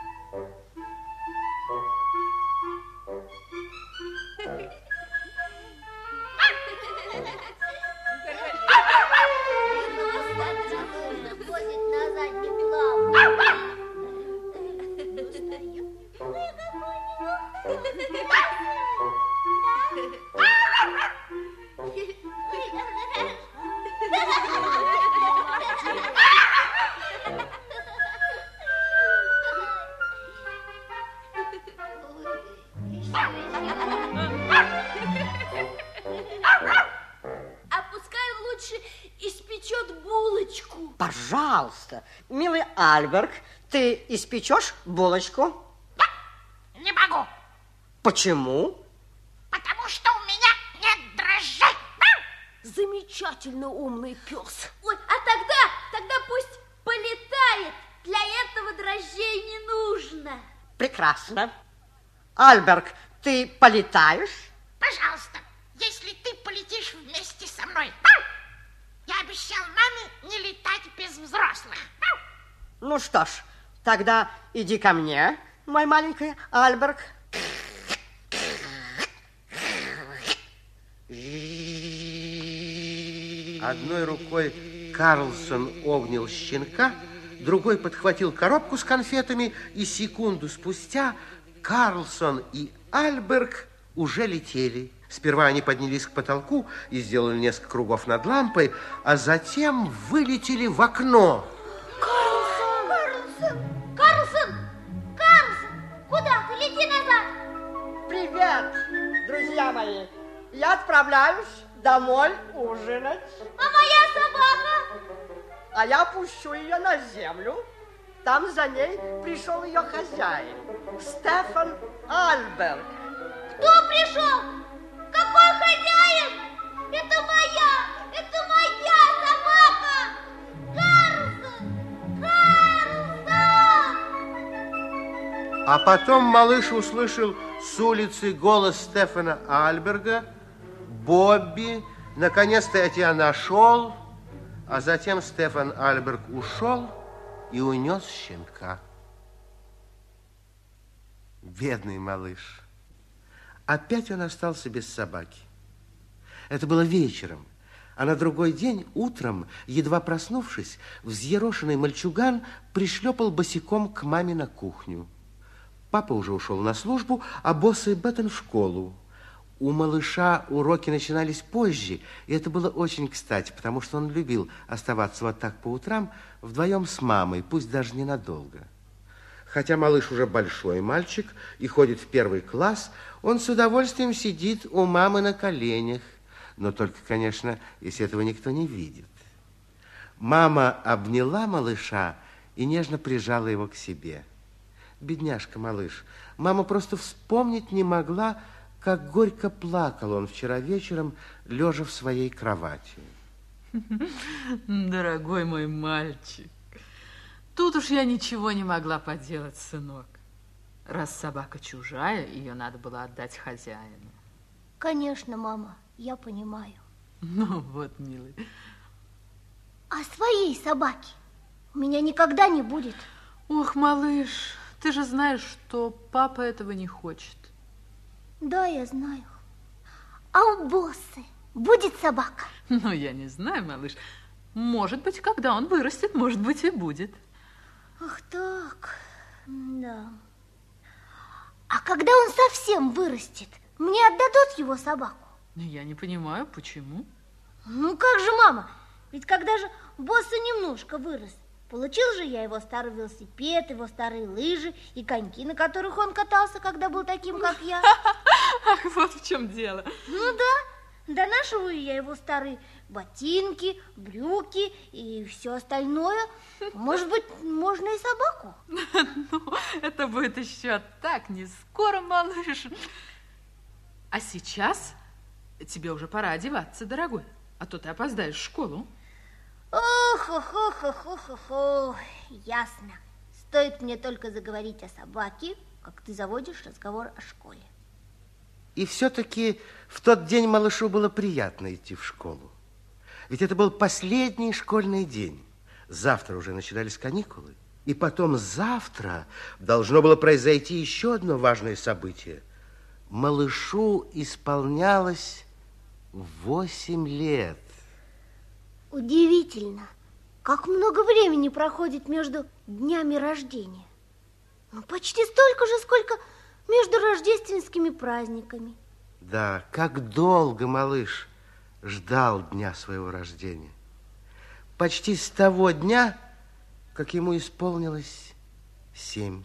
А пускай лучше испечет булочку. Пожалуйста, милый Альберг, ты испечешь булочку? Не могу. Почему? Потому что у меня нет дрожжей. Замечательно умный пес. Ой, а тогда, тогда пусть полетает. Для этого дрожжей не нужно. Прекрасно. Альберг, ты полетаешь? Пожалуйста, если ты полетишь вместе со мной. Я обещал маме не летать без взрослых. Ну что ж, тогда иди ко мне, мой маленький Альберг. Одной рукой Карлсон обнял щенка, другой подхватил коробку с конфетами, и секунду спустя Карлсон и Альберг уже летели. Сперва они поднялись к потолку и сделали несколько кругов над лампой, а затем вылетели в окно. Карлсон! Карлсон! Карлсон! Карлсон! Куда ты? Лети назад! Привет, друзья мои! Я отправляюсь домой ужинать. А моя собака? А я пущу ее на землю. Там за ней пришел ее хозяин, Стефан Альберг. Кто пришел? Какой хозяин? Это моя! Это моя собака! Карлсон! Карлсон! А потом малыш услышал с улицы голос Стефана Альберга: «Бобби, наконец-то я тебя нашел». А затем Стефан Альберг ушел и унес щенка. Бедный малыш. Опять он остался без собаки. Это было вечером, а на другой день утром, едва проснувшись, взъерошенный мальчуган пришлепал босиком к маме на кухню. Папа уже ушел на службу, а босс и Беттон в школу. У малыша уроки начинались позже, и это было очень кстати, потому что он любил оставаться вот так по утрам вдвоем с мамой, пусть даже ненадолго. Хотя малыш уже большой мальчик и ходит в первый класс, он с удовольствием сидит у мамы на коленях. Но только, конечно, если этого никто не видит. Мама обняла малыша и нежно прижала его к себе. Бедняжка малыш. Мама просто вспомнить не могла, как горько плакал он вчера вечером, лежа в своей кровати. Дорогой мой мальчик, тут уж я ничего не могла поделать, сынок. Раз собака чужая, ее надо было отдать хозяину. Конечно, мама, я понимаю. Ну вот, милый. А своей собаки у меня никогда не будет. Ох, малыш, ты же знаешь, что папа этого не хочет. Да, я знаю. А у босса будет собака? Ну, я не знаю, малыш. Может быть, когда он вырастет, может быть, и будет. Ах так, да. А когда он совсем вырастет, мне отдадут его собаку? Я не понимаю, почему. Ну как же, мама? Ведь когда же Босса немножко вырос, получил же я его старый велосипед, его старые лыжи и коньки, на которых он катался, когда был таким, как я. Ах, вот в чем дело. Ну да, донашиваю я его старые ботинки, брюки и все остальное. Может быть, можно и собаку? Ну, это будет еще так не скоро, малыш. А сейчас тебе уже пора одеваться, дорогой, а то ты опоздаешь в школу. Ох, ох, ох, ох, ох, ох, ох, ясно. Стоит мне только заговорить о собаке, как ты заводишь разговор о школе. И все-таки в тот день малышу было приятно идти в школу. Ведь это был последний школьный день. Завтра уже начинались каникулы. И потом завтра должно было произойти еще одно важное событие. Малышу исполнялось восемь лет. Удивительно, как много времени проходит между днями рождения. Ну, почти столько же, сколько между рождественскими праздниками. Да, как долго малыш ждал дня своего рождения. Почти с того дня, как ему исполнилось семь.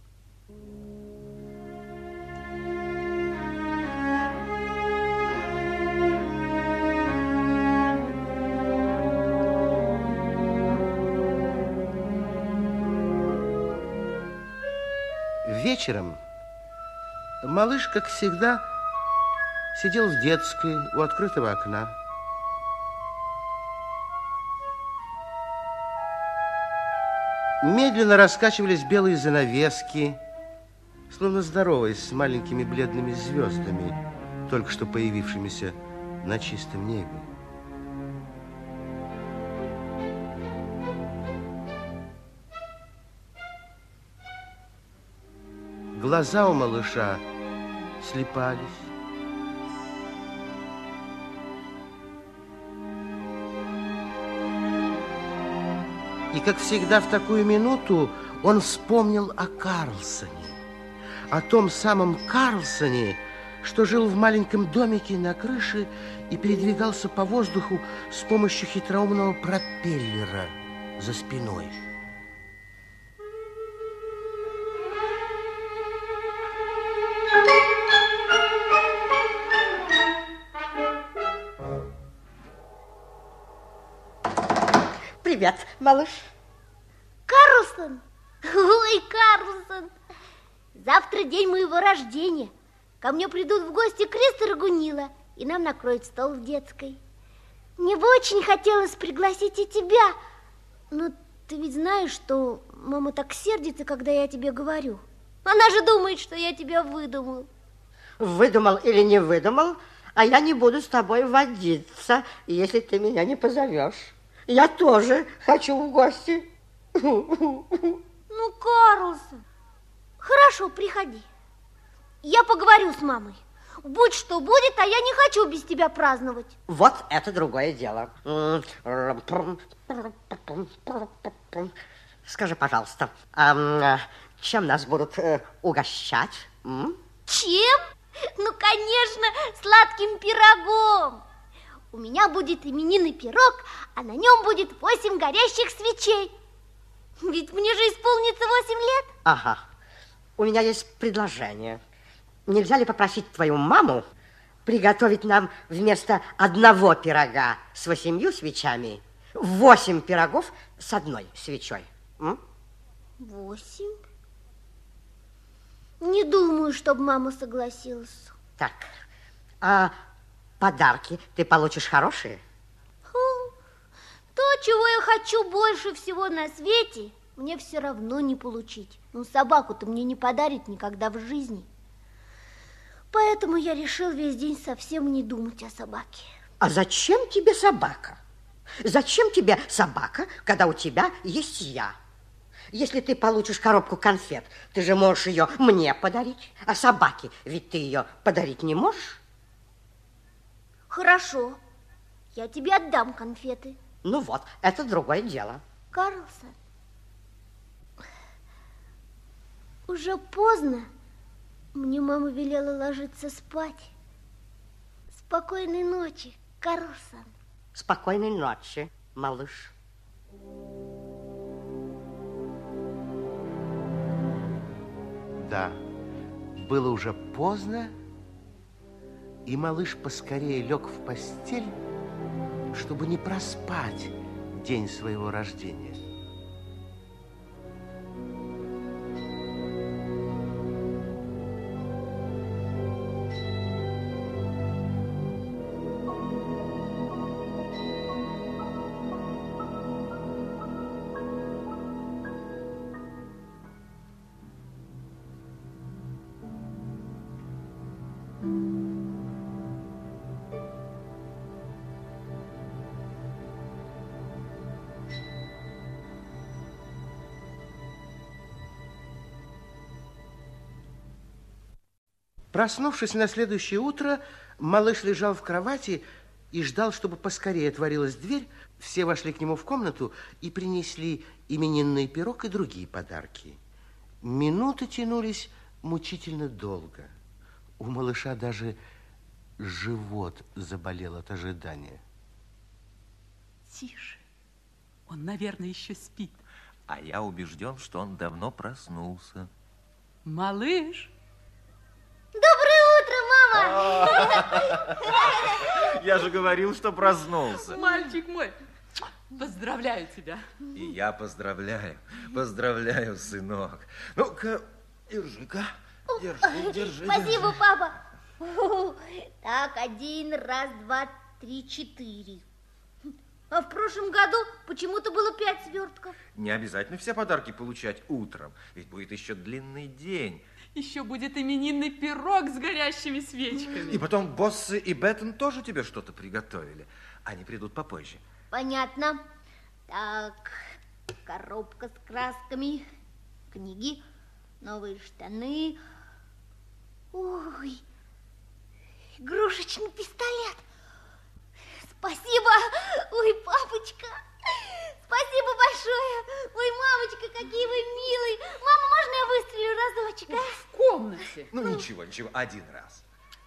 Вечером малыш, как всегда, сидел в детской у открытого окна. Медленно раскачивались белые занавески, словно здороваясь с маленькими бледными звездами, только что появившимися на чистом небе. Глаза у малыша слипались. И, как всегда, в такую минуту он вспомнил о Карлсоне. О том самом Карлсоне, что жил в маленьком домике на крыше и передвигался по воздуху с помощью хитроумного пропеллера за спиной. Привет, малыш. Карлсон! Ой, Карлсон! Завтра день моего рождения. Ко мне придут в гости Кристер и Гунилла, и нам накроют стол в детской. Мне бы очень хотелось пригласить и тебя, но ты ведь знаешь, что мама так сердится, когда я тебе говорю. Она же думает, что я тебя выдумал. Выдумал или не выдумал, а я не буду с тобой водиться, если ты меня не позовешь. Я тоже хочу в гости. Ну, Карлсон, хорошо, приходи. Я поговорю с мамой. Будь что будет, а я не хочу без тебя праздновать. Вот это другое дело. Скажи, пожалуйста, а чем нас будут угощать? Чем? Ну, конечно, сладким пирогом. У меня будет именинный пирог, а на нем будет восемь горящих свечей. Ведь мне же исполнится восемь лет. Ага. У меня есть предложение. Нельзя ли попросить твою маму приготовить нам вместо одного пирога с восемью свечами восемь пирогов с одной свечой? М? Восемь? Не думаю, чтобы мама согласилась. Так, а подарки ты получишь хорошие? Хм, то, чего я хочу больше всего на свете, мне все равно не получить. Ну, собаку-то мне не подарит никогда в жизни. Поэтому я решил весь день совсем не думать о собаке. А зачем тебе собака? Зачем тебе собака, когда у тебя есть я? Если ты получишь коробку конфет, ты же можешь ее мне подарить. А собаке ведь ты ее подарить не можешь. Хорошо, я тебе отдам конфеты. Ну вот, это другое дело. Карлсон, уже поздно. Мне мама велела ложиться спать. Спокойной ночи, Карлсон. Спокойной ночи, малыш. Да, было уже поздно, и малыш поскорее лег в постель, чтобы не проспать день своего рождения. Проснувшись на следующее утро, малыш лежал в кровати и ждал, чтобы поскорее отворилась дверь. Все вошли к нему в комнату и принесли именинный пирог и другие подарки. Минуты тянулись мучительно долго. У малыша даже живот заболел от ожидания. Тише. Он, наверное, еще спит. А я убежден, что он давно проснулся. Малыш! Доброе утро, мама! Я же говорил, что проснулся. Мальчик мой, поздравляю тебя. И я поздравляю, поздравляю, сынок. Ну-ка, держи-ка, держи, держи. Спасибо, держи. папа. Так, один, раз, два, три, четыре. А в прошлом году почему-то было пять свертков. Не обязательно все подарки получать утром, ведь будет еще длинный день. Еще будет именинный пирог с горящими свечками. И потом Боссы и Беттон тоже тебе что-то приготовили. Они придут попозже. Понятно. Так, коробка с красками, книги, новые штаны. Ой, игрушечный пистолет. Спасибо. Ой, папочка. Спасибо большое. Ой, мамочка, какие вы милые. Мама, можно я выстрелю разочек, а? В комнате. Ну, ничего, ничего, один раз.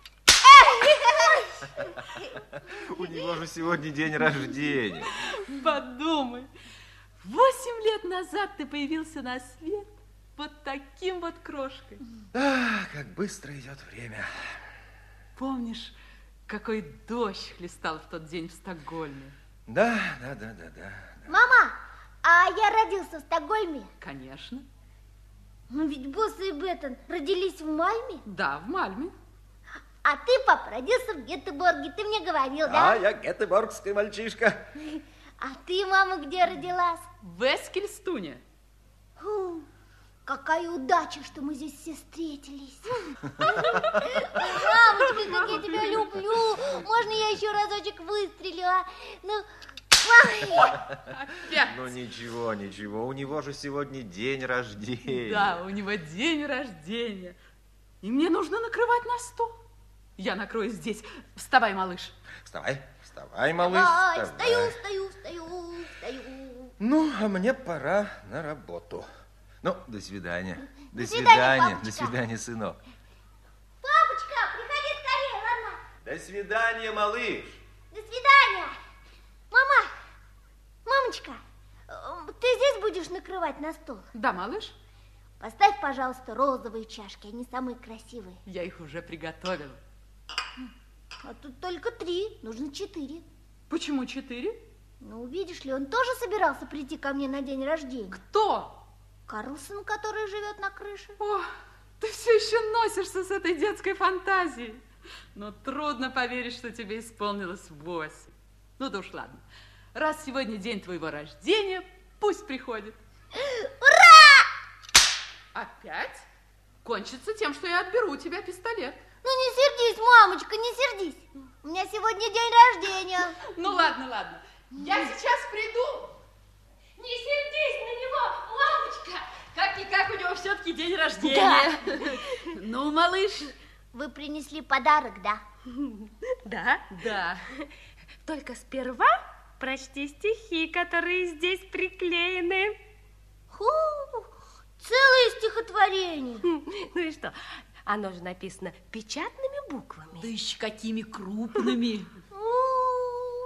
У него же сегодня день рождения. Подумай, восемь лет назад ты появился на свет вот таким вот крошкой. Ах, как быстро идет время. Помнишь, какой дождь хлестал в тот день в Стокгольме? Да, да, да, да, да. Мама, а я родился в Стокгольме? Конечно. Но ведь Боссы и Беттон родились в Мальме? Да, в Мальме. А ты, папа, родился в Гетеборге, ты мне говорил, да? Да, я гетеборгский мальчишка. А ты, мама, где родилась? В Эскильстуне. Фу, какая удача, что мы здесь все встретились. Мамочка, как я тебя люблю. Можно я еще разочек выстрелю, а? Ну... Опять. Ну ничего, ничего, у него же сегодня день рождения. Да, у него день рождения. И мне нужно накрывать на стол. Я накрою здесь. Вставай, малыш. Вставай, вставай, малыш. Давай, вставай. встаю, встаю, встаю, встаю. Ну, а мне пора на работу. Ну, до свидания. До, До свидания, свидания, до свидания, сынок. Папочка, приходи скорее, ладно? До свидания, малыш. До свидания. Мама, мамочка, ты здесь будешь накрывать на стол? Да, малыш. Поставь, пожалуйста, розовые чашки, они самые красивые. Я их уже приготовила. А тут только три, нужно четыре. Почему четыре? Ну, видишь ли, он тоже собирался прийти ко мне на день рождения. Кто? Карлсон, который живет на крыше. О, ты все еще носишься с этой детской фантазией. Но трудно поверить, что тебе исполнилось восемь. Ну да уж ладно. Раз сегодня день твоего рождения, пусть приходит. Ура! Опять? Кончится тем, что я отберу у тебя пистолет. Ну не сердись, мамочка, не сердись. У меня сегодня день рождения. Ну ладно, ладно. Я сейчас приду. Не сердись на него, мамочка. Как-никак у него все-таки день рождения. Да. Ну, малыш. Вы принесли подарок, да? Да? Да. Только сперва прочти стихи, которые здесь приклеены. Фу, целое стихотворение. Ну и что? Оно же написано печатными буквами. Да еще какими крупными.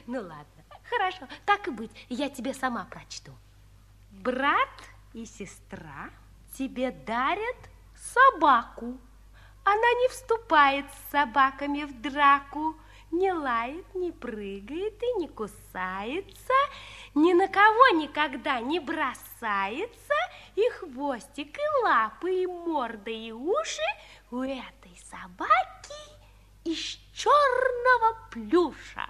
Ну ладно, хорошо, так и быть, я тебе сама прочту. Брат и сестра тебе дарят собаку. Она не вступает с собаками в драку, не лает, не прыгает и не кусается, ни на кого никогда не бросается, и хвостик, и лапы, и морда, и уши у этой собаки из черного плюша.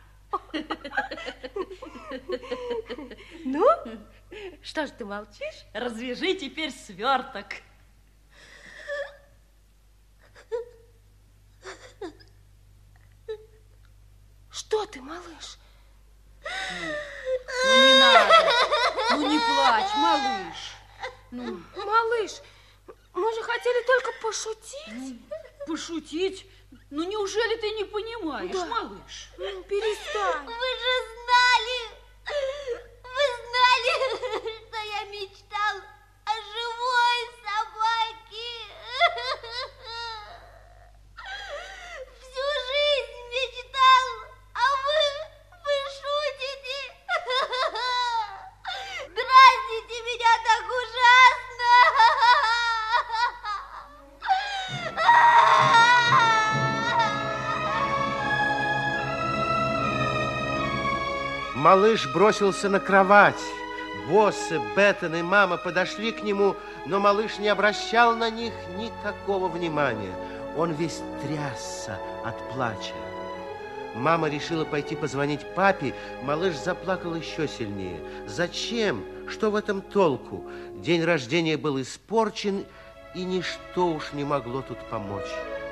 Ну, что ж ты молчишь? Развяжи теперь сверток. Что ты, малыш? Ну, не надо. Ну, не плачь, малыш. Ну. Малыш, мы же хотели только пошутить. Пошутить? Ну, неужели ты не понимаешь, да. малыш? Ну, перестань. Вы же знали, вы знали, что я мечтал о живой собаке. Всю жизнь мечтал, а вы, вы шутите. Дразните меня так ужасно. Малыш бросился на кровать. Боссы, Беттон и мама подошли к нему, но малыш не обращал на них никакого внимания. Он весь трясся от плача. Мама решила пойти позвонить папе. Малыш заплакал еще сильнее. Зачем? Что в этом толку? День рождения был испорчен, и ничто уж не могло тут помочь.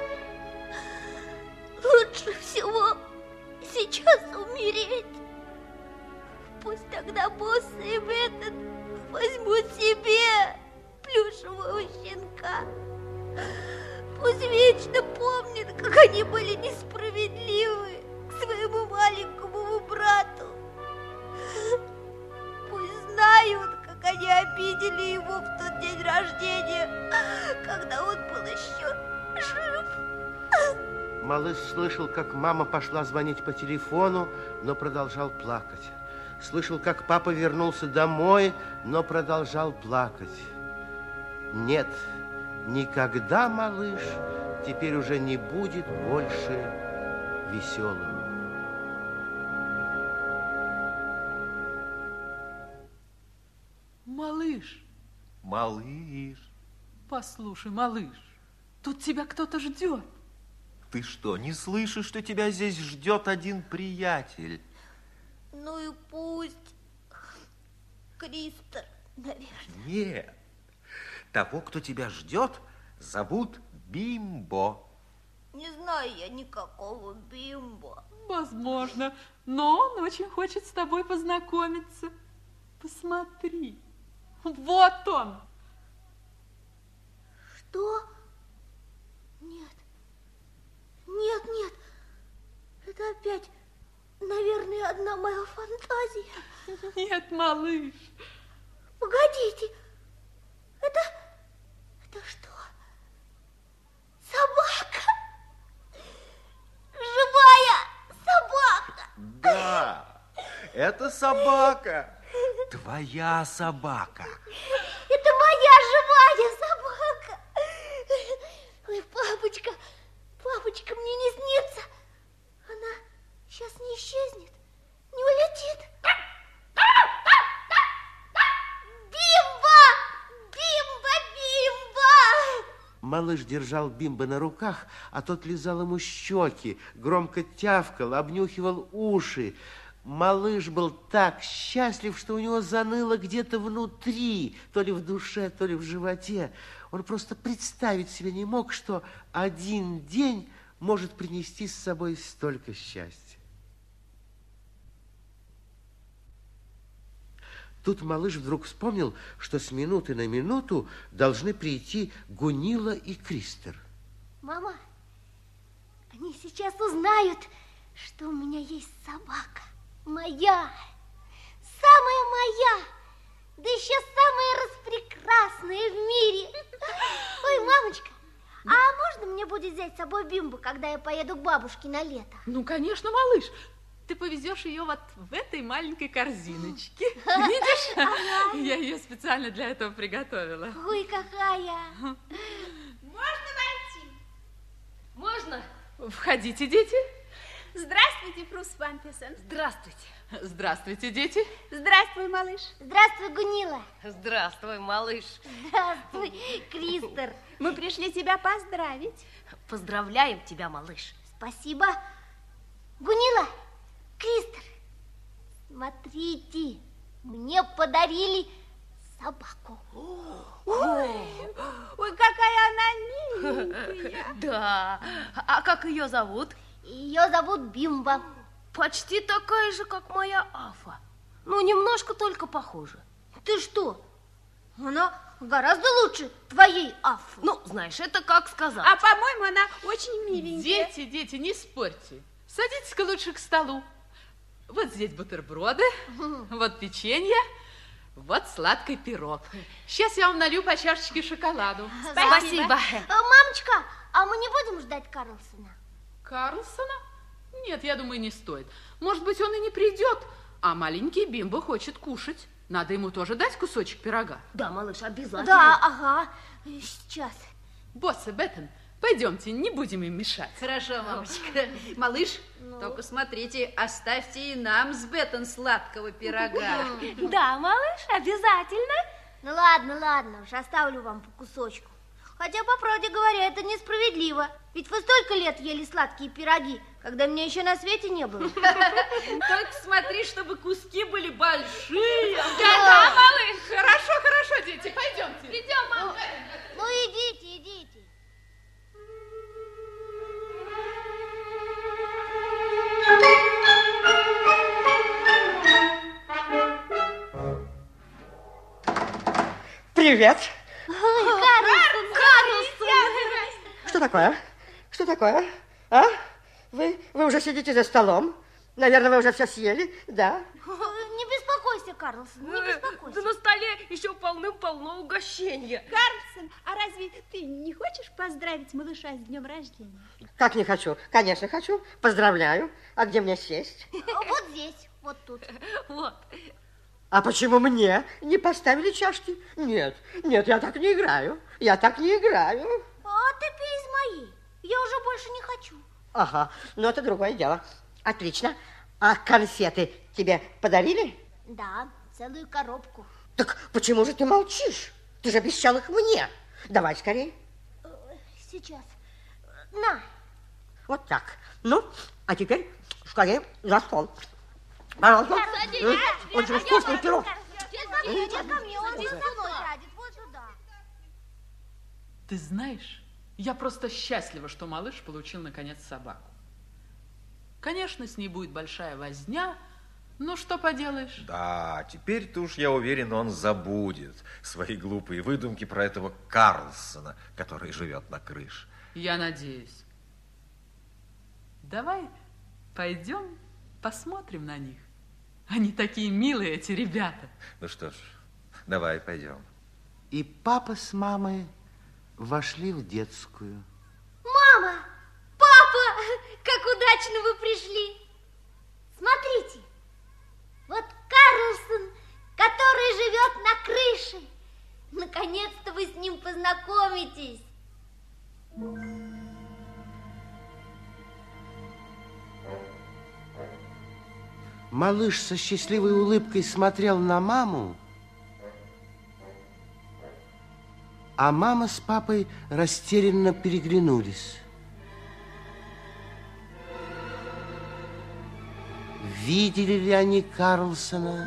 Лучше всего сейчас умереть. Пусть тогда боссы и Беттон возьмут себе плюшевого щенка. Пусть вечно помнят, как они были несправедливы к своему маленькому брату. Пусть знают, как они обидели его в тот день рождения, когда он был еще жив. Малыш слышал, как мама пошла звонить по телефону, но продолжал плакать. Слышал, как папа вернулся домой, но продолжал плакать. Нет, никогда малыш теперь уже не будет больше веселым. Малыш. Малыш. Послушай, малыш, тут тебя кто-то ждет. Ты что, не слышишь, что тебя здесь ждет один приятель? Ну и пусть. Кристер, наверное. Нет. Того, кто тебя ждет, зовут Бимбо. Не знаю я никакого Бимбо. Возможно, но он очень хочет с тобой познакомиться. Посмотри. Вот он. Что? Нет. Нет, нет. Это опять, наверное, одна моя фантазия. Нет, малыш. Погодите. Это... Это что? Собака? Живая собака? Да, это собака. Твоя собака. Это моя живая собака. Ой, папочка, папочка, мне не снится. Она сейчас не исчезнет, не улетит. Бимба! Бимба, Бимба! Малыш держал Бимбо на руках, а тот лизал ему щеки, громко тявкал, обнюхивал уши. Малыш был так счастлив, что у него заныло где-то внутри, то ли в душе, то ли в животе. Он просто представить себе не мог, что один день может принести с собой столько счастья. Тут малыш вдруг вспомнил, что с минуты на минуту должны прийти Гунилла и Кристер. Мама, они сейчас узнают, что у меня есть собака. Моя, самая моя, да еще самая распрекрасная в мире. Ой, мамочка, а можно мне будет взять с собой Бимбу, когда я поеду к бабушке на лето? Ну, конечно, малыш. ты повезешь ее вот в этой маленькой корзиночке. Видишь? Я ее специально для этого приготовила. Ой, какая! Можно войти? Можно? Входите, дети. Здравствуйте, Фрус Вамписон. Здравствуйте. Здравствуйте, дети. Здравствуй, малыш. Здравствуй, Гунила. Здравствуй, малыш. Здравствуй, Кристер. Мы пришли тебя поздравить. Поздравляем тебя, малыш. Спасибо. Гунила, Кристер, смотрите, мне подарили собаку. Ой, ой, какая она миленькая. Да. А как ее зовут? Ее зовут Бимба. Почти такая же, как моя Афа. Ну, немножко только похожа. Ты что? Она гораздо лучше твоей Афы. Ну, знаешь, это как сказать. А, по-моему, она очень миленькая. Дети, дети, не спорьте. Садитесь-ка лучше к столу. Вот здесь бутерброды, вот печенье, вот сладкий пирог. Сейчас я вам налью по чашечке шоколаду. Спасибо. А, мамочка, а мы не будем ждать Карлсона? Карлсона? Нет, я думаю, не стоит. Может быть, он и не придет, а маленький Бимбо хочет кушать. Надо ему тоже дать кусочек пирога. Да, малыш, обязательно. Да, ага, сейчас. Босс и Беттон, пойдемте, не будем им мешать. Хорошо, мамочка. Малыш, ну. только смотрите, оставьте и нам с Беттон сладкого пирога. Да, малыш, обязательно. Ну ладно, ладно, уж оставлю вам по кусочку. Хотя, по правде говоря, это несправедливо. Ведь вы столько лет ели сладкие пироги, когда меня еще на свете не было. Только смотри, чтобы куски были большие. Да, малыш. Хорошо, хорошо, дети, пойдемте. Идем, мама. Ну, идите, идите. Привет. Ой, Карлсон, Карлсон. Что такое? Что такое? А? Вы, вы уже сидите за столом? Наверное, вы уже все съели, да? Не беспокойся, Карлсон, не беспокойся. Да на столе еще полным-полно угощения. Карлсон, а разве ты не хочешь поздравить малыша с днем рождения? Как не хочу? Конечно, хочу. Поздравляю. А где мне сесть? Вот здесь, вот тут. Вот. А почему мне не поставили чашки? Нет, нет, я так не играю. Я так не играю. А ты пей из моей. Я уже больше не хочу. Ага, но это другое дело. Отлично. А конфеты тебе подарили? Да, целую коробку. Так почему же ты молчишь? Ты же обещал их мне. Давай скорее. Сейчас. На. Вот так. Ну, а теперь скорее за стол. Пожалуйста. Очень вкусный пирог. Идите ко мне, он здесь со мной сядет, вот сюда. Ты знаешь, я просто счастлива, что малыш получил, наконец, собаку. Конечно, с ней будет большая возня, но что поделаешь? Да, теперь-то уж, я уверен, он забудет свои глупые выдумки про этого Карлсона, который живет на крыше. Я надеюсь. Давай пойдем посмотрим на них. Они такие милые, эти ребята. Ну что ж, давай пойдем. И папа с мамой вошли в детскую. Мама! Папа! Как удачно вы пришли! Смотрите, вот Карлсон, который живет на крыше. Наконец-то вы с ним познакомитесь. Малыш со счастливой улыбкой смотрел на маму, а мама с папой растерянно переглянулись. Видели ли они Карлсона?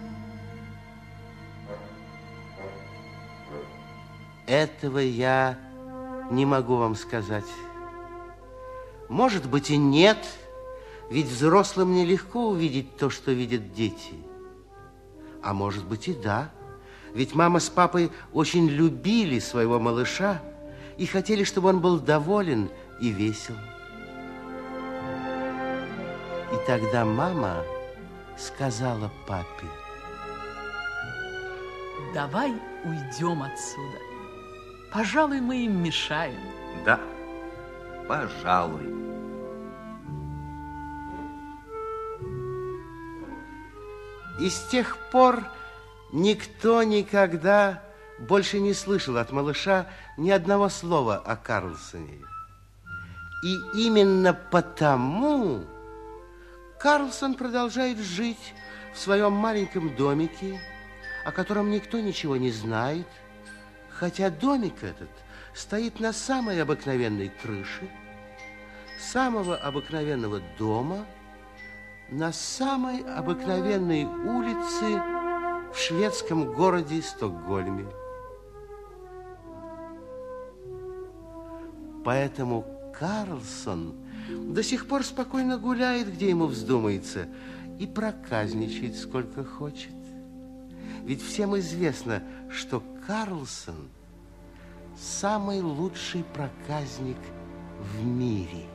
Этого я не могу вам сказать. Может быть и нет, ведь взрослым нелегко увидеть то, что видят дети. А может быть и да, ведь мама с папой очень любили своего малыша и хотели, чтобы он был доволен и весел. И тогда мама сказала папе: давай уйдем отсюда. Пожалуй, мы им мешаем. Да, пожалуй. И с тех пор никто никогда больше не слышал от малыша ни одного слова о Карлсоне. И именно потому Карлсон продолжает жить в своем маленьком домике, о котором никто ничего не знает, хотя домик этот стоит на самой обыкновенной крыше самого обыкновенного дома на самой обыкновенной улице в шведском городе Стокгольме. Поэтому Карлсон до сих пор спокойно гуляет, где ему вздумается, и проказничает сколько хочет. Ведь всем известно, что Карлсон самый лучший проказник в мире.